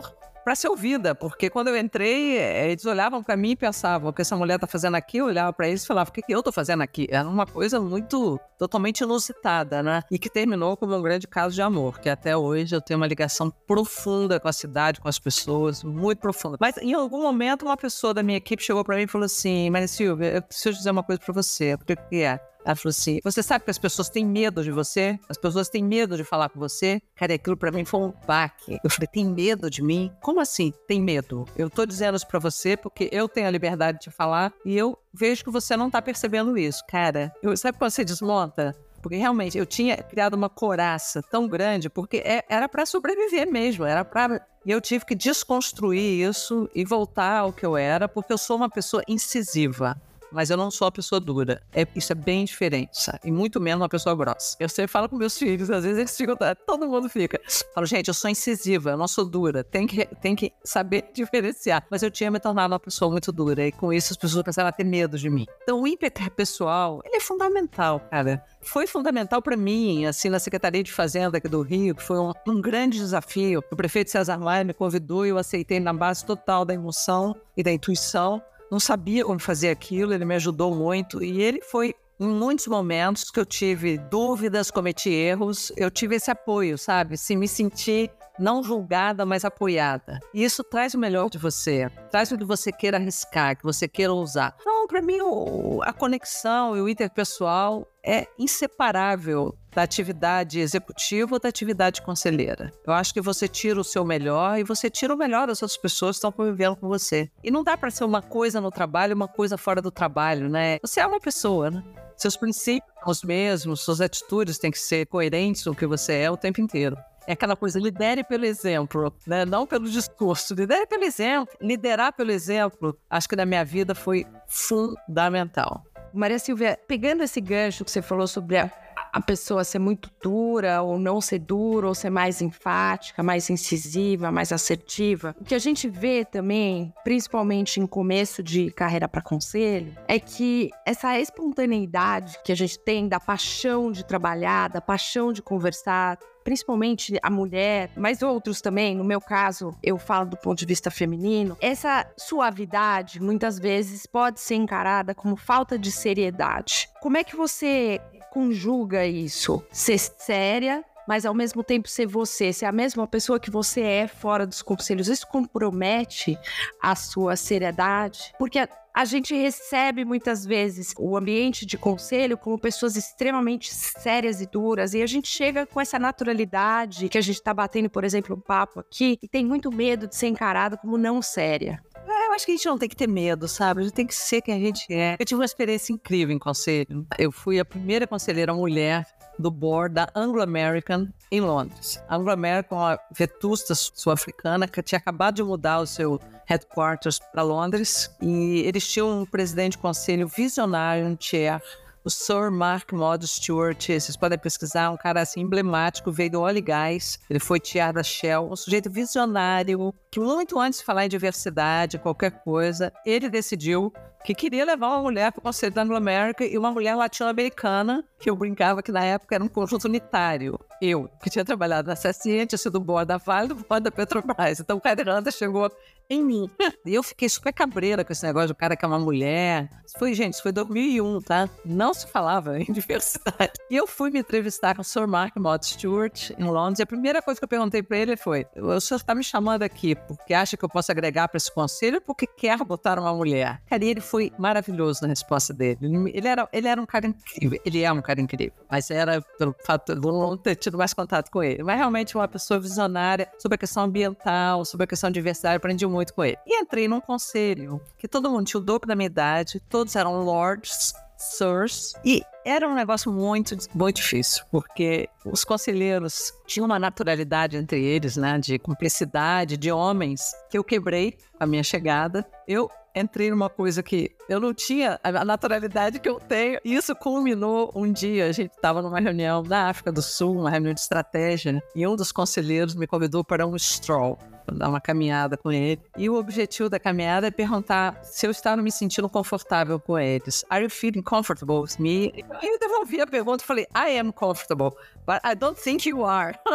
B: para ser ouvida, porque quando eu entrei, eles olhavam para mim e pensavam, o que essa mulher tá fazendo aqui? Eu olhava para eles e falava, o que eu tô fazendo aqui? Era uma coisa totalmente inusitada, né? E que terminou como um grande caso de amor, que até hoje eu tenho uma ligação profunda com a cidade, com as pessoas, muito profunda. Mas em algum momento uma pessoa da minha equipe chegou para mim e falou assim, Maria Silvia, eu preciso dizer uma coisa para você. O que é? Ela falou assim, você sabe que as pessoas têm medo de você? As pessoas têm medo de falar com você? Cara, aquilo pra mim foi um baque. Eu falei, tem medo de mim? Como assim, tem medo? Eu tô dizendo isso pra você porque eu tenho a liberdade de falar e eu vejo que você não tá percebendo isso. Cara, sabe quando você desmonta? Porque realmente eu tinha criado uma couraça tão grande, porque era pra sobreviver mesmo, E eu tive que desconstruir isso e voltar ao que eu era, porque eu sou uma pessoa incisiva. Mas eu não sou uma pessoa dura. Isso é bem diferente, sabe? E muito menos uma pessoa grossa. Eu sempre falo com meus filhos, às vezes eles ficam, todo mundo fica. Falo, gente, eu sou incisiva, eu não sou dura. Tem que saber diferenciar. Mas eu tinha me tornado uma pessoa muito dura. E com isso as pessoas começaram a ter medo de mim. Então o interpessoal, ele é fundamental, cara. Foi fundamental para mim, assim, na Secretaria de Fazenda aqui do Rio, que foi um grande desafio. O prefeito César Maia me convidou e eu aceitei na base total da emoção e da intuição. Não sabia como fazer aquilo, ele me ajudou muito e ele foi em muitos momentos que eu tive dúvidas, cometi erros, eu tive esse apoio, sabe? Assim, me senti não julgada, mas apoiada. E isso traz o melhor de você, traz o que você queira arriscar, que você queira usar. Então, para mim, a conexão e o interpessoal é inseparável da atividade executiva ou da atividade conselheira. Eu acho que você tira o seu melhor e você tira o melhor das outras pessoas que estão convivendo com você. E não dá para ser uma coisa no trabalho e uma coisa fora do trabalho, né? Você é uma pessoa, né? Seus princípios são os mesmos, suas atitudes têm que ser coerentes com o que você é o tempo inteiro. É aquela coisa, lidere pelo exemplo, né? Não pelo discurso, lidere pelo exemplo. Liderar pelo exemplo, acho que na minha vida foi fundamental.
A: Maria Silvia, pegando esse gancho que você falou sobre a pessoa ser muito dura, ou não ser dura, ou ser mais enfática, mais incisiva, mais assertiva, o que a gente vê também, principalmente em começo de carreira para conselho, é que essa espontaneidade que a gente tem da paixão de trabalhar, da paixão de conversar, principalmente a mulher, mas outros também, no meu caso, eu falo do ponto de vista feminino, essa suavidade muitas vezes pode ser encarada como falta de seriedade. Como é que você conjuga isso? Ser séria, mas ao mesmo tempo ser você, ser a mesma pessoa que você é fora dos conselhos. Isso compromete a sua seriedade? Porque a gente recebe muitas vezes o ambiente de conselho como pessoas extremamente sérias e duras, e a gente chega com essa naturalidade que a gente está batendo, por exemplo, um papo aqui, e tem muito medo de ser encarado como não séria.
B: Eu acho que a gente não tem que ter medo, sabe? A gente tem que ser quem a gente é. Eu tive uma experiência incrível em conselho. Eu fui a primeira conselheira mulher do board da Anglo-American em Londres. A Anglo-American é uma vetusta sul-africana que tinha acabado de mudar o seu headquarters para Londres e eles tinham um presidente de conselho visionário, um chair, o Sir Mark Maud Stewart. Vocês podem pesquisar, um cara assim emblemático, veio do óleo e gás, ele foi chair da Shell, um sujeito visionário, que muito antes de falar em diversidade, qualquer coisa, ele decidiu que queria levar uma mulher para o Conselho da Anglo-American e uma mulher latino-americana, que eu brincava que na época era um conjunto unitário. Eu, que tinha trabalhado na CSN, tinha sido do board da Vale, do board da Petrobras. Então o Cadeiranda chegou em mim. E eu fiquei super cabreira com esse negócio do cara que é uma mulher. Isso foi 2001, tá? Não se falava em diversidade. E eu fui me entrevistar com o Sir Mark Maud Stewart em Londres. E a primeira coisa que eu perguntei para ele foi: o senhor está me chamando aqui porque acha que eu posso agregar para esse conselho ou porque quer botar uma mulher? Cara, e ele foi maravilhoso na resposta dele. Ele era um cara incrível. Ele é um cara incrível. Mas era pelo fato de eu não ter tido mais contato com ele. Mas realmente uma pessoa visionária sobre a questão ambiental, sobre a questão de diversidade. Aprendi muito com ele. E entrei num conselho que todo mundo tinha o dobro da minha idade. Todos eram lords, sirs. E era um negócio muito, muito difícil. Porque os conselheiros tinham uma naturalidade entre eles, né? De cumplicidade, de homens, que eu quebrei com a minha chegada. Eu entrei numa coisa que eu não tinha a naturalidade que eu tenho. E isso culminou um dia. A gente estava numa reunião na África do Sul, uma reunião de estratégia, e um dos conselheiros me convidou para um stroll, para dar uma caminhada com ele. E o objetivo da caminhada é perguntar se eu estava me sentindo confortável com eles. Are you feeling comfortable with me? E eu devolvi a pergunta e falei, I am comfortable, but I don't think you are.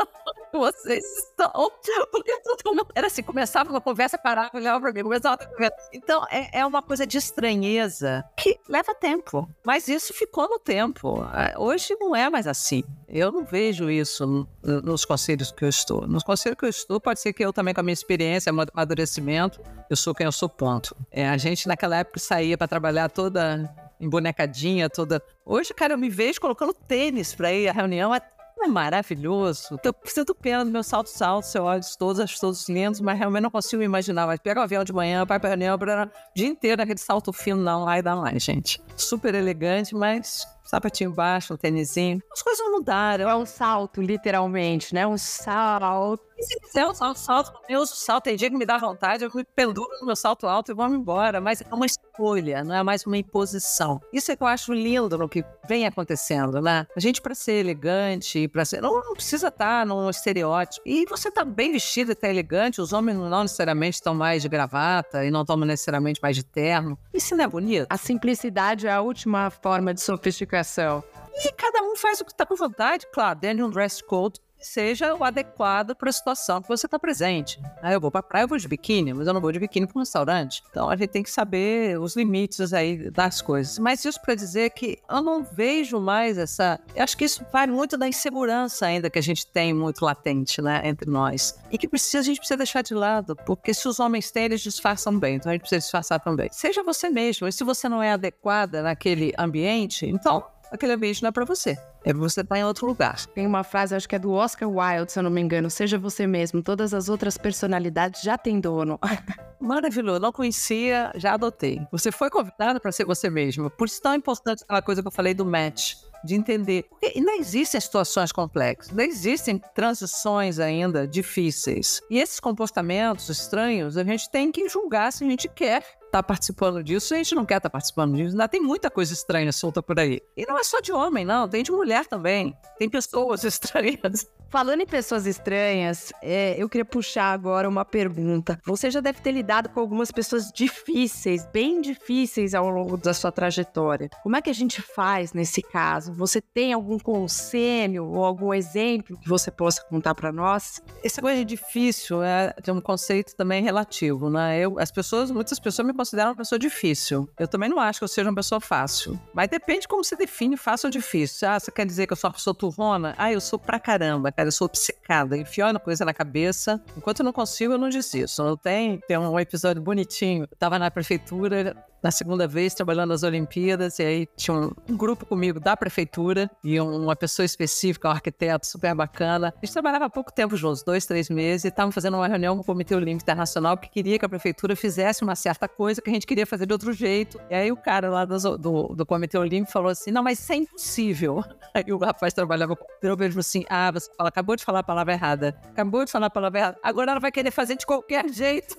B: vocês estão? Porque todo mundo era assim, começava uma conversa, parava, olhava pra mim, começava outra conversa. Então, é uma coisa de estranheza que leva tempo, mas isso ficou no tempo. Hoje não é mais assim. Eu não vejo isso nos conselhos que eu estou. Nos conselhos que eu estou, pode ser que eu também, com a minha experiência, amadurecimento, eu sou quem eu sou, ponto. A gente, naquela época, saía para trabalhar toda embonecadinha, toda... Hoje, cara, eu me vejo colocando tênis para ir à reunião. É maravilhoso. Eu sinto pena do meu salto, eu olho todos, acho todos lindos, mas realmente não consigo me imaginar. Mas pega o avião de manhã, vai pra reunião, o dia inteiro naquele salto fino, não, lá e dá lá, gente. Super elegante, mas sapatinho baixo, um tênisinho. As coisas não mudaram.
A: É um salto, literalmente, né? Um salto.
B: E se quiser usar um salto, eu uso salto. Tem dia que me dá vontade, eu me penduro no meu salto alto e vou embora. Mas é uma escolha, não é mais uma imposição. Isso é que eu acho lindo no que vem acontecendo, né? A gente, para ser elegante, para ser... Não precisa estar num estereótipo. E você tá bem vestido e tá elegante. Os homens não necessariamente estão mais de gravata e não estão necessariamente mais de terno. Isso não é bonito?
A: A simplicidade é a última forma de sofisticação.
B: E cada um faz o que está com vontade, claro, dentro de um dress code que seja o adequado para a situação que você está presente. Eu vou para a praia, eu vou de biquíni, mas eu não vou de biquíni para um restaurante. Então a gente tem que saber os limites aí das coisas. Mas isso para dizer que eu não vejo mais essa... Eu acho que isso vai muito da insegurança ainda que a gente tem muito latente, né, entre nós. E que a gente precisa deixar de lado, porque se os homens têm, eles disfarçam bem, então a gente precisa disfarçar também. Seja você mesmo, e se você não é adequada naquele ambiente, então aquele ambiente não é para você. É pra você estar em outro lugar.
A: Tem uma frase, acho que é do Oscar Wilde, se eu não me engano. Seja você mesmo, todas as outras personalidades já têm dono.
B: Maravilhoso, não conhecia, já adotei. Você foi convidada para ser você mesma. Por isso é tão importante aquela coisa que eu falei do match. De entender. Porque ainda existem situações complexas, ainda existem transições ainda difíceis. E esses comportamentos estranhos, a gente tem que julgar se a gente quer estar participando disso, se a gente não quer estar participando disso. Ainda tem muita coisa estranha solta por aí. E não é só de homem, não. Tem de mulher também. Tem pessoas estranhas.
A: Falando em pessoas estranhas, eu queria puxar agora uma pergunta. Você já deve ter lidado com algumas pessoas difíceis, bem difíceis ao longo da sua trajetória. Como é que a gente faz nesse caso? Você tem algum conselho ou algum exemplo que você possa contar para nós?
B: Essa coisa de difícil é um conceito também relativo, né? Muitas pessoas me consideram uma pessoa difícil. Eu também não acho que eu seja uma pessoa fácil. Mas depende como você define fácil ou difícil. Você quer dizer que eu sou uma pessoa turrona? Eu sou pra caramba. Cara, eu sou obcecada, enfio uma coisa na cabeça. Enquanto eu não consigo, eu não desisto. Não tem um episódio bonitinho. Eu tava na prefeitura, na segunda vez, trabalhando nas Olimpíadas, e aí tinha um grupo comigo da prefeitura e uma pessoa específica, um arquiteto super bacana. A gente trabalhava há pouco tempo juntos, 2, 3 meses, e estavam fazendo uma reunião com o Comitê Olímpico Internacional que queria que a prefeitura fizesse uma certa coisa que a gente queria fazer de outro jeito. E aí o cara lá do Comitê Olímpico falou assim, não, mas isso é impossível. Aí o rapaz trabalhava com o mesmo assim, você acabou de falar a palavra errada. Acabou de falar a palavra errada. Agora ela vai querer fazer de qualquer jeito.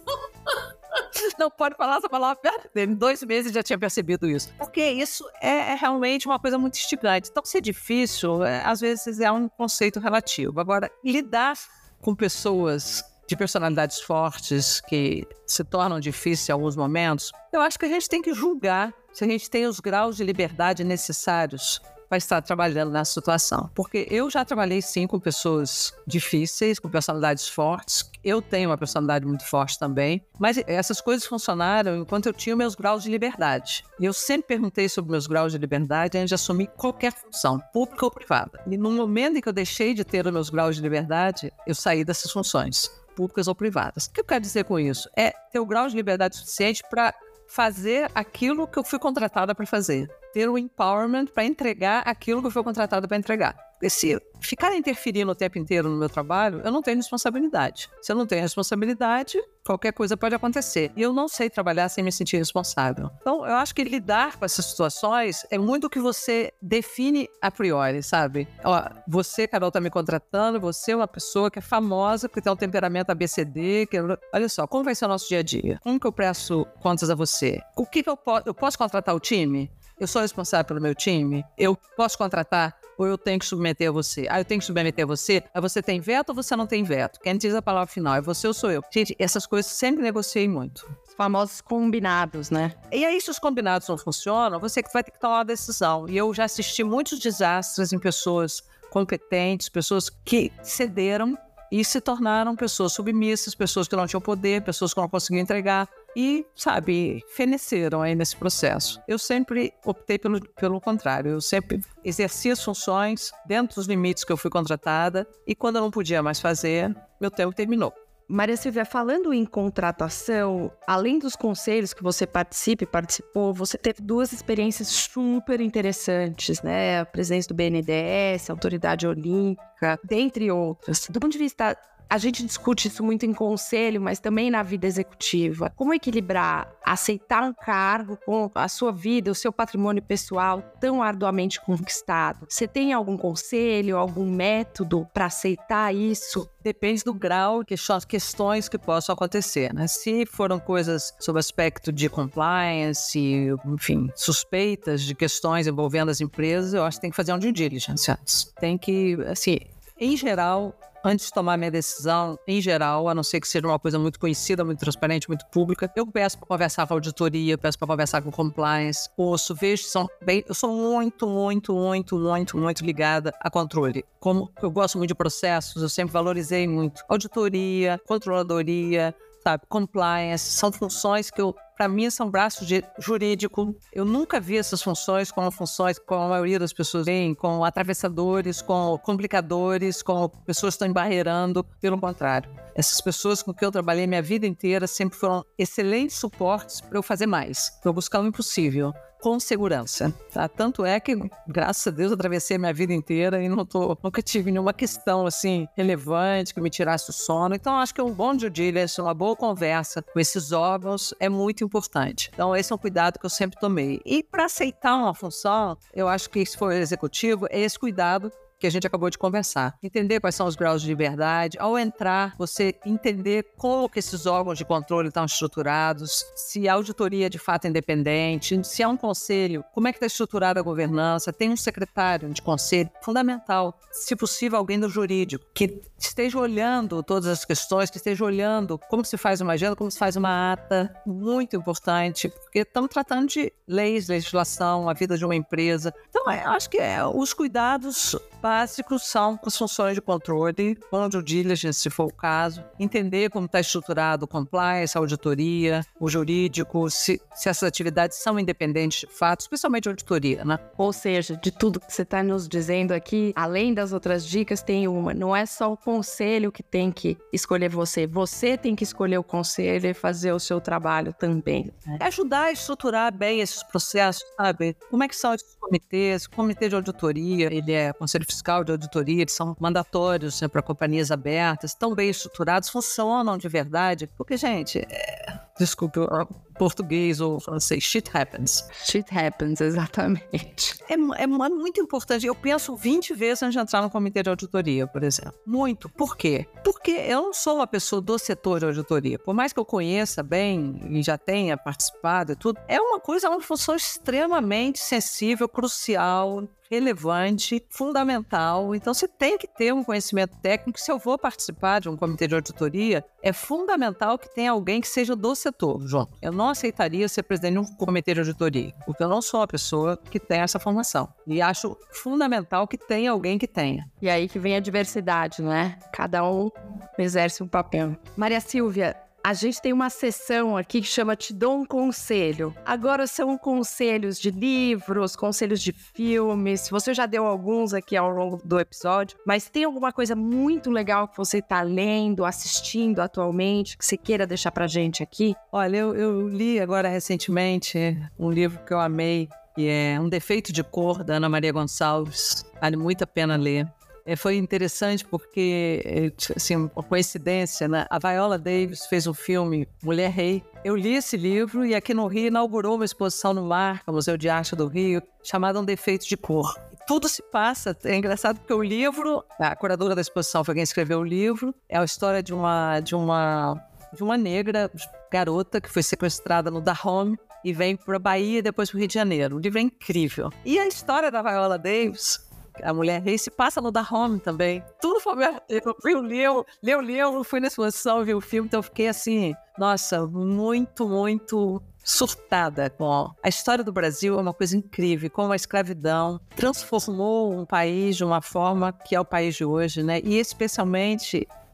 B: Não pode falar essa palavra perto dele. Em 2 meses já tinha percebido isso. Porque isso é realmente uma coisa muito instigante. Então, ser difícil, às vezes, é um conceito relativo. Agora, lidar com pessoas de personalidades fortes que se tornam difíceis em alguns momentos, eu acho que a gente tem que julgar se a gente tem os graus de liberdade necessários para estar trabalhando nessa situação. Porque eu já trabalhei, sim, com pessoas difíceis, com personalidades fortes. Eu tenho uma personalidade muito forte também. Mas essas coisas funcionaram enquanto eu tinha meus graus de liberdade. E eu sempre perguntei sobre meus graus de liberdade antes de assumir qualquer função, pública ou privada. E no momento em que eu deixei de ter os meus graus de liberdade, eu saí dessas funções, públicas ou privadas. O que eu quero dizer com isso? É ter o grau de liberdade suficiente para fazer aquilo que eu fui contratada para fazer. Ter o empowerment para entregar aquilo que eu fui contratada para entregar. Porque se ficar interferindo o tempo inteiro no meu trabalho, eu não tenho responsabilidade. Se eu não tenho responsabilidade, qualquer coisa pode acontecer. E eu não sei trabalhar sem me sentir responsável. Então, eu acho que lidar com essas situações é muito o que você define a priori, sabe? Você, Carol, tá me contratando, você é uma pessoa que é famosa, que tem um temperamento ABCD, olha só, como vai ser o nosso dia a dia? Como que eu presto contas a você? O que eu posso contratar o time? Eu sou responsável pelo meu time? Eu posso contratar? Ou eu tenho que submeter a você? Eu tenho que submeter a você? Você tem veto ou você não tem veto? Quem diz a palavra final? É você ou sou eu? Gente, essas coisas sempre negociei muito.
A: Os famosos combinados, né?
B: E aí, se os combinados não funcionam, você vai ter que tomar uma decisão. E eu já assisti muitos desastres em pessoas competentes, pessoas que cederam e se tornaram pessoas submissas, pessoas que não tinham poder, pessoas que não conseguiam entregar e, sabe, feneceram aí nesse processo. Eu sempre optei pelo contrário, eu sempre exerci as funções dentro dos limites que eu fui contratada e quando eu não podia mais fazer, meu tempo terminou.
A: Maria Silvia, falando em contratação, além dos conselhos que você participou, você teve 2 experiências super interessantes, né? A presença do BNDES, a Autoridade Olímpica, dentre outras. Do ponto de vista, a gente discute isso muito em conselho, mas também na vida executiva. Como equilibrar aceitar um cargo com a sua vida, o seu patrimônio pessoal tão arduamente conquistado? Você tem algum conselho, algum método para aceitar isso?
B: Depende do grau, questões que possam acontecer, né? Se foram coisas sob aspecto de compliance, enfim, suspeitas de questões envolvendo as empresas, eu acho que tem que fazer um due diligence antes. Tem que, assim, em geral, antes de tomar minha decisão, em geral, a não ser que seja uma coisa muito conhecida, muito transparente, muito pública, eu peço para conversar com a auditoria, peço para conversar com compliance, vejo eu sou muito ligada a controle. Como eu gosto muito de processos, eu sempre valorizei muito auditoria, controladoria, sabe, compliance, são funções que para mim, são braços jurídico. Eu nunca vi essas funções como a maioria das pessoas veem, com atravessadores, com complicadores, com pessoas que estão embarreirando. Pelo contrário, essas pessoas com quem eu trabalhei minha vida inteira sempre foram excelentes suportes para eu fazer mais, para eu buscar o impossível, com segurança, tá? Tanto é que, graças a Deus, eu atravessei a minha vida inteira e nunca tive nenhuma questão, assim, relevante que me tirasse o sono. Então, acho que um bom due diligence, uma boa conversa com esses órgãos é muito importante. Então, esse é um cuidado que eu sempre tomei. E para aceitar uma função, eu acho que, se for executivo, é esse cuidado que a gente acabou de conversar. Entender quais são os graus de liberdade. Ao entrar, você entender como que esses órgãos de controle estão estruturados, se a auditoria é de fato independente, se há um conselho, como é que está estruturada a governança, tem um secretário de conselho, fundamental. Se possível, alguém do jurídico, que esteja olhando todas as questões, que esteja olhando como se faz uma agenda, como se faz uma ata, muito importante, porque estamos tratando de leis, legislação, a vida de uma empresa. Então, acho que os cuidados básicos são com as funções de controle, com o due diligence, se for o caso, entender como está estruturado o compliance, a auditoria, o jurídico, se essas atividades são independentes de fato, especialmente a auditoria, né?
A: Ou seja, de tudo que você está nos dizendo aqui, além das outras dicas, tem uma. Não é só o conselho que tem que escolher você tem que escolher o conselho e fazer o seu trabalho também.
B: É ajudar a estruturar bem esses processos, sabe? Como é que são esses comitês? O comitê de auditoria, ele é conselho fiscal de auditoria, eles são mandatórios, né, para companhias abertas, estão bem estruturados, funcionam de verdade. Porque, gente, desculpe, português ou francês, shit happens.
A: Shit happens, exatamente.
B: É muito importante. Eu penso 20 vezes antes de entrar no comitê de auditoria, por exemplo. Muito. Por quê? Porque eu não sou uma pessoa do setor de auditoria. Por mais que eu conheça bem e já tenha participado e tudo, é uma função extremamente sensível, crucial, relevante, fundamental. Então, você tem que ter um conhecimento técnico. Se eu vou participar de um comitê de auditoria, é fundamental que tenha alguém que seja do setor, João. Eu não aceitaria ser presidente de um comitê de auditoria, porque eu não sou uma pessoa que tem essa formação. E acho fundamental que tenha alguém que tenha.
A: E aí que vem a diversidade, não é? Cada um exerce um papel. Maria Silvia, a gente tem uma sessão aqui que chama Te Dou um Conselho. Agora são conselhos de livros, conselhos de filmes. Você já deu alguns aqui ao longo do episódio, mas tem alguma coisa muito legal que você está lendo, assistindo atualmente, que você queira deixar pra gente aqui?
B: Olha, eu li agora recentemente um livro que eu amei, que é Um Defeito de Cor, da Ana Maria Gonçalves. Vale muito a pena ler. Foi interessante porque, assim, uma coincidência, né? A Viola Davis fez um filme, Mulher Rei. Eu li esse livro e aqui no Rio inaugurou uma exposição no Marca, Museu de Arte do Rio, chamada Um Defeito de Cor. Tudo se passa, é engraçado porque o livro, a curadora da exposição foi quem escreveu o livro, é a história de uma negra, garota, que foi sequestrada no Dahomey e vem para a Bahia e depois para o Rio de Janeiro. O livro é incrível. E a história da Viola Davis, a Mulher Rei, se passa no Dahomey também. Tudo foi meu. Eu li o livro, fui na exposição, vi o filme, então eu fiquei assim, nossa, muito surtada com a história do Brasil. É uma coisa incrível, como a escravidão transformou um país de uma forma que é o país de hoje, né? E especialmente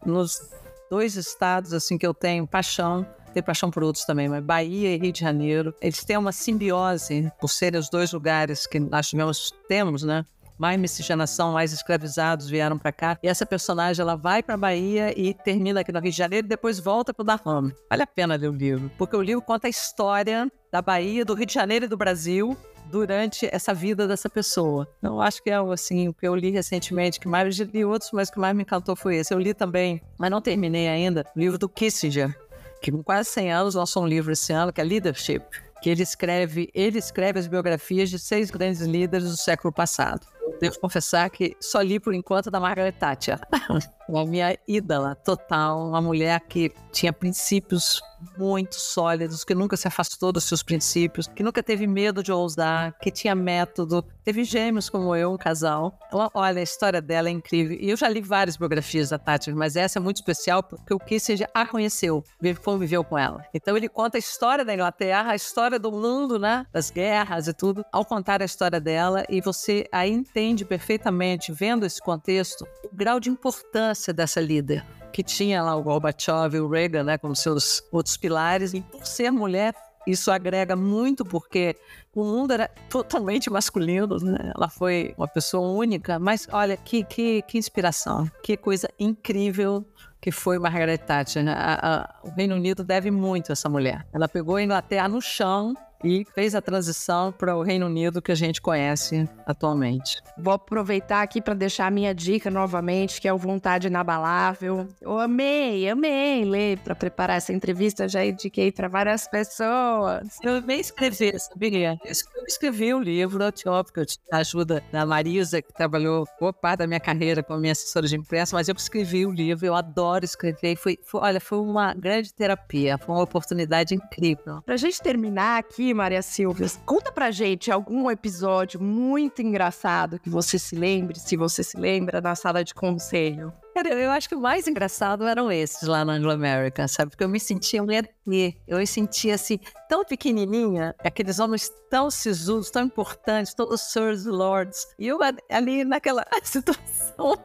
B: nos 2 estados assim, que eu tenho paixão por outros também, mas Bahia e Rio de Janeiro, eles têm uma simbiose, por serem os 2 lugares que nós temos, né? Mais miscigenação, mais escravizados vieram para cá. E essa personagem, ela vai para Bahia e termina aqui no Rio de Janeiro e depois volta para o Dahomey. Vale a pena ler o livro, porque o livro conta a história da Bahia, do Rio de Janeiro e do Brasil durante essa vida dessa pessoa. Então, acho que é assim, o que eu li recentemente, que mais li outros, mas o que mais me encantou foi esse. Eu li também, mas não terminei ainda, o livro do Kissinger, que com quase 100 anos lançou um livro esse ano, que é Leadership, que ele escreve as biografias de 6 grandes líderes do século passado. Devo confessar que só li por enquanto da Margaret Thatcher. A minha ídola total, uma mulher que tinha princípios muito sólidos, que nunca se afastou dos seus princípios, que nunca teve medo de ousar, que tinha método, teve gêmeos como eu, um casal. Olha, a história dela é incrível. E eu já li várias biografias da Thatcher, mas essa é muito especial porque o Kissinger a conheceu, conviveu com ela. Então ele conta a história da Inglaterra, a história do mundo, né, das guerras e tudo, ao contar a história dela, e você aí entende perfeitamente, vendo esse contexto, o grau de importância dessa líder, que tinha lá o Gorbachev e o Reagan, né, como seus outros pilares, e por ser mulher, isso agrega muito, porque o mundo era totalmente masculino, né? Ela foi uma pessoa única, mas olha, que inspiração, que coisa incrível que foi Margaret Thatcher. O Reino Unido deve muito a essa mulher. Ela pegou a Inglaterra no chão e fez a transição para o Reino Unido que a gente conhece atualmente.
A: Vou aproveitar aqui para deixar a minha dica novamente, que é o Vontade Inabalável. Eu amei ler para preparar essa entrevista, já indiquei para várias pessoas.
B: Eu amei escrever, sabia? Eu escrevi o livro, porque eu tive a ajuda da Marisa, que trabalhou boa parte da minha carreira como minha assessora de imprensa, mas eu escrevi o livro, eu adoro escrever. Foi uma grande terapia, foi uma oportunidade incrível.
A: Pra gente terminar aqui, Maria Silvia, conta pra gente algum episódio muito engraçado que você se lembre, se você se lembra, na sala de conselho.
B: Cara, eu acho que o mais engraçado eram esses lá na Anglo-American, sabe? Porque eu me sentia um ET. Eu me sentia, assim, tão pequenininha, aqueles homens tão sisudos, tão importantes, todos sirs e lords. E eu ali naquela situação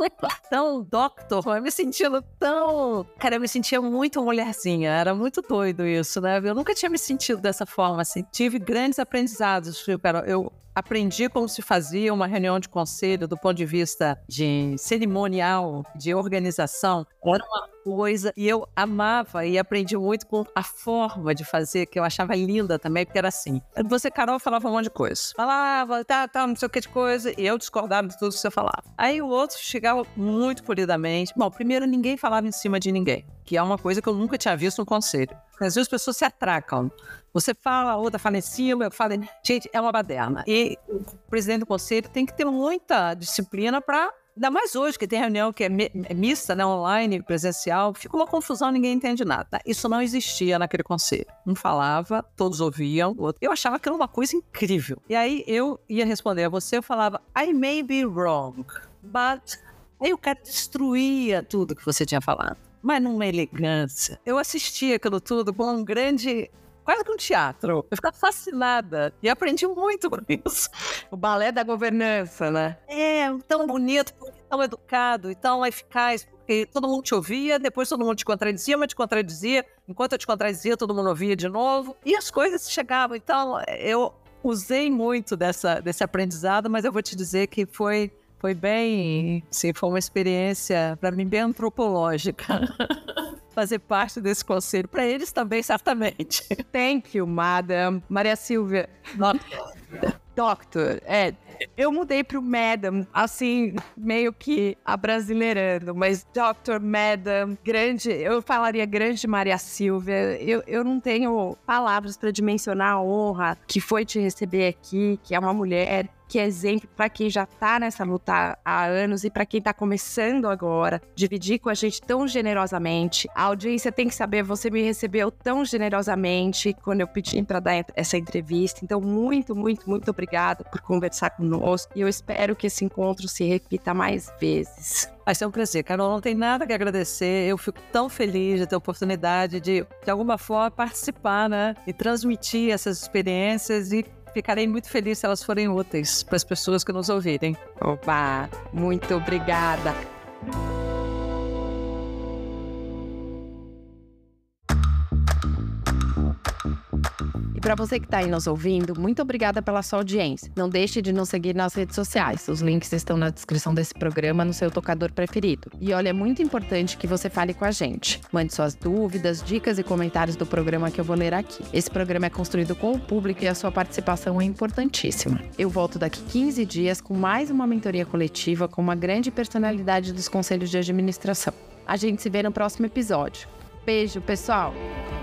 B: tão doctor, eu me sentindo tão... Cara, eu me sentia muito mulherzinha, era muito doido isso, né? Eu nunca tinha me sentido dessa forma, assim. Tive grandes aprendizados, eu aprendi como se fazia uma reunião de conselho do ponto de vista de cerimonial, de organização. Era uma coisa, e eu amava e aprendi muito com a forma de fazer, que eu achava linda também, porque era assim. Você, Carol, falava um monte de coisa. Falava, não sei o que de coisa, e eu discordava de tudo que você falava. Aí o outro chegava muito polidamente. Bom, primeiro, ninguém falava em cima de ninguém, que é uma coisa que eu nunca tinha visto no conselho. Às vezes as pessoas se atracam. Você fala, a outra fala em cima, eu falo... Gente, é uma baderna. E o presidente do conselho tem que ter muita disciplina para... Ainda mais hoje, que tem reunião que é mista, né, online, presencial, fica uma confusão, ninguém entende nada. Tá? Isso não existia naquele conselho. Um falava, todos ouviam, o outro... Eu achava que era uma coisa incrível. E aí eu ia responder a você, eu falava, I may be wrong, but... Aí o cara destruía tudo que você tinha falado, mas numa elegância. Eu assistia aquilo tudo com um grande... Quase que um teatro. Eu ficava fascinada e aprendi muito com isso.
A: O balé da governança, né?
B: É, tão bonito, tão educado e tão eficaz, porque todo mundo te ouvia, depois todo mundo te contradizia, mas te contradizia. Enquanto eu te contradizia, todo mundo ouvia de novo. E as coisas chegavam. Então, eu usei muito desse aprendizado, mas eu vou te dizer que foi bem... Sim, foi uma experiência, para mim, bem antropológica. Fazer parte desse conselho. Para eles também, certamente.
A: Thank you, madam. Maria Silvia. Doctor. Eu mudei pro madam, assim, meio que abrasileirando, mas Dr. Madam, grande, eu falaria grande Maria Silvia. Eu não tenho palavras para dimensionar a honra que foi te receber aqui, que é uma mulher que é exemplo para quem já tá nessa luta há anos e para quem tá começando agora, dividir com a gente tão generosamente. A audiência tem que saber, você me recebeu tão generosamente quando eu pedi para dar essa entrevista. Então, muito, muito, muito obrigada por conversar conosco e eu espero que esse encontro se repita mais vezes.
B: Vai ser um prazer, Carol, não tem nada que agradecer, eu fico tão feliz de ter a oportunidade de alguma forma, participar, né, e transmitir essas experiências e ficarei muito feliz se elas forem úteis para as pessoas que nos ouvirem.
A: Opa, muito obrigada. para você que está aí nos ouvindo, muito obrigada pela sua audiência. Não deixe de nos seguir nas redes sociais. Os links estão na descrição desse programa no seu tocador preferido. E olha, é muito importante que você fale com a gente. Mande suas dúvidas, dicas e comentários do programa que eu vou ler aqui. Esse programa é construído com o público e a sua participação é importantíssima. Eu volto daqui 15 dias com mais uma mentoria coletiva com uma grande personalidade dos conselhos de administração. A gente se vê no próximo episódio. Beijo, pessoal!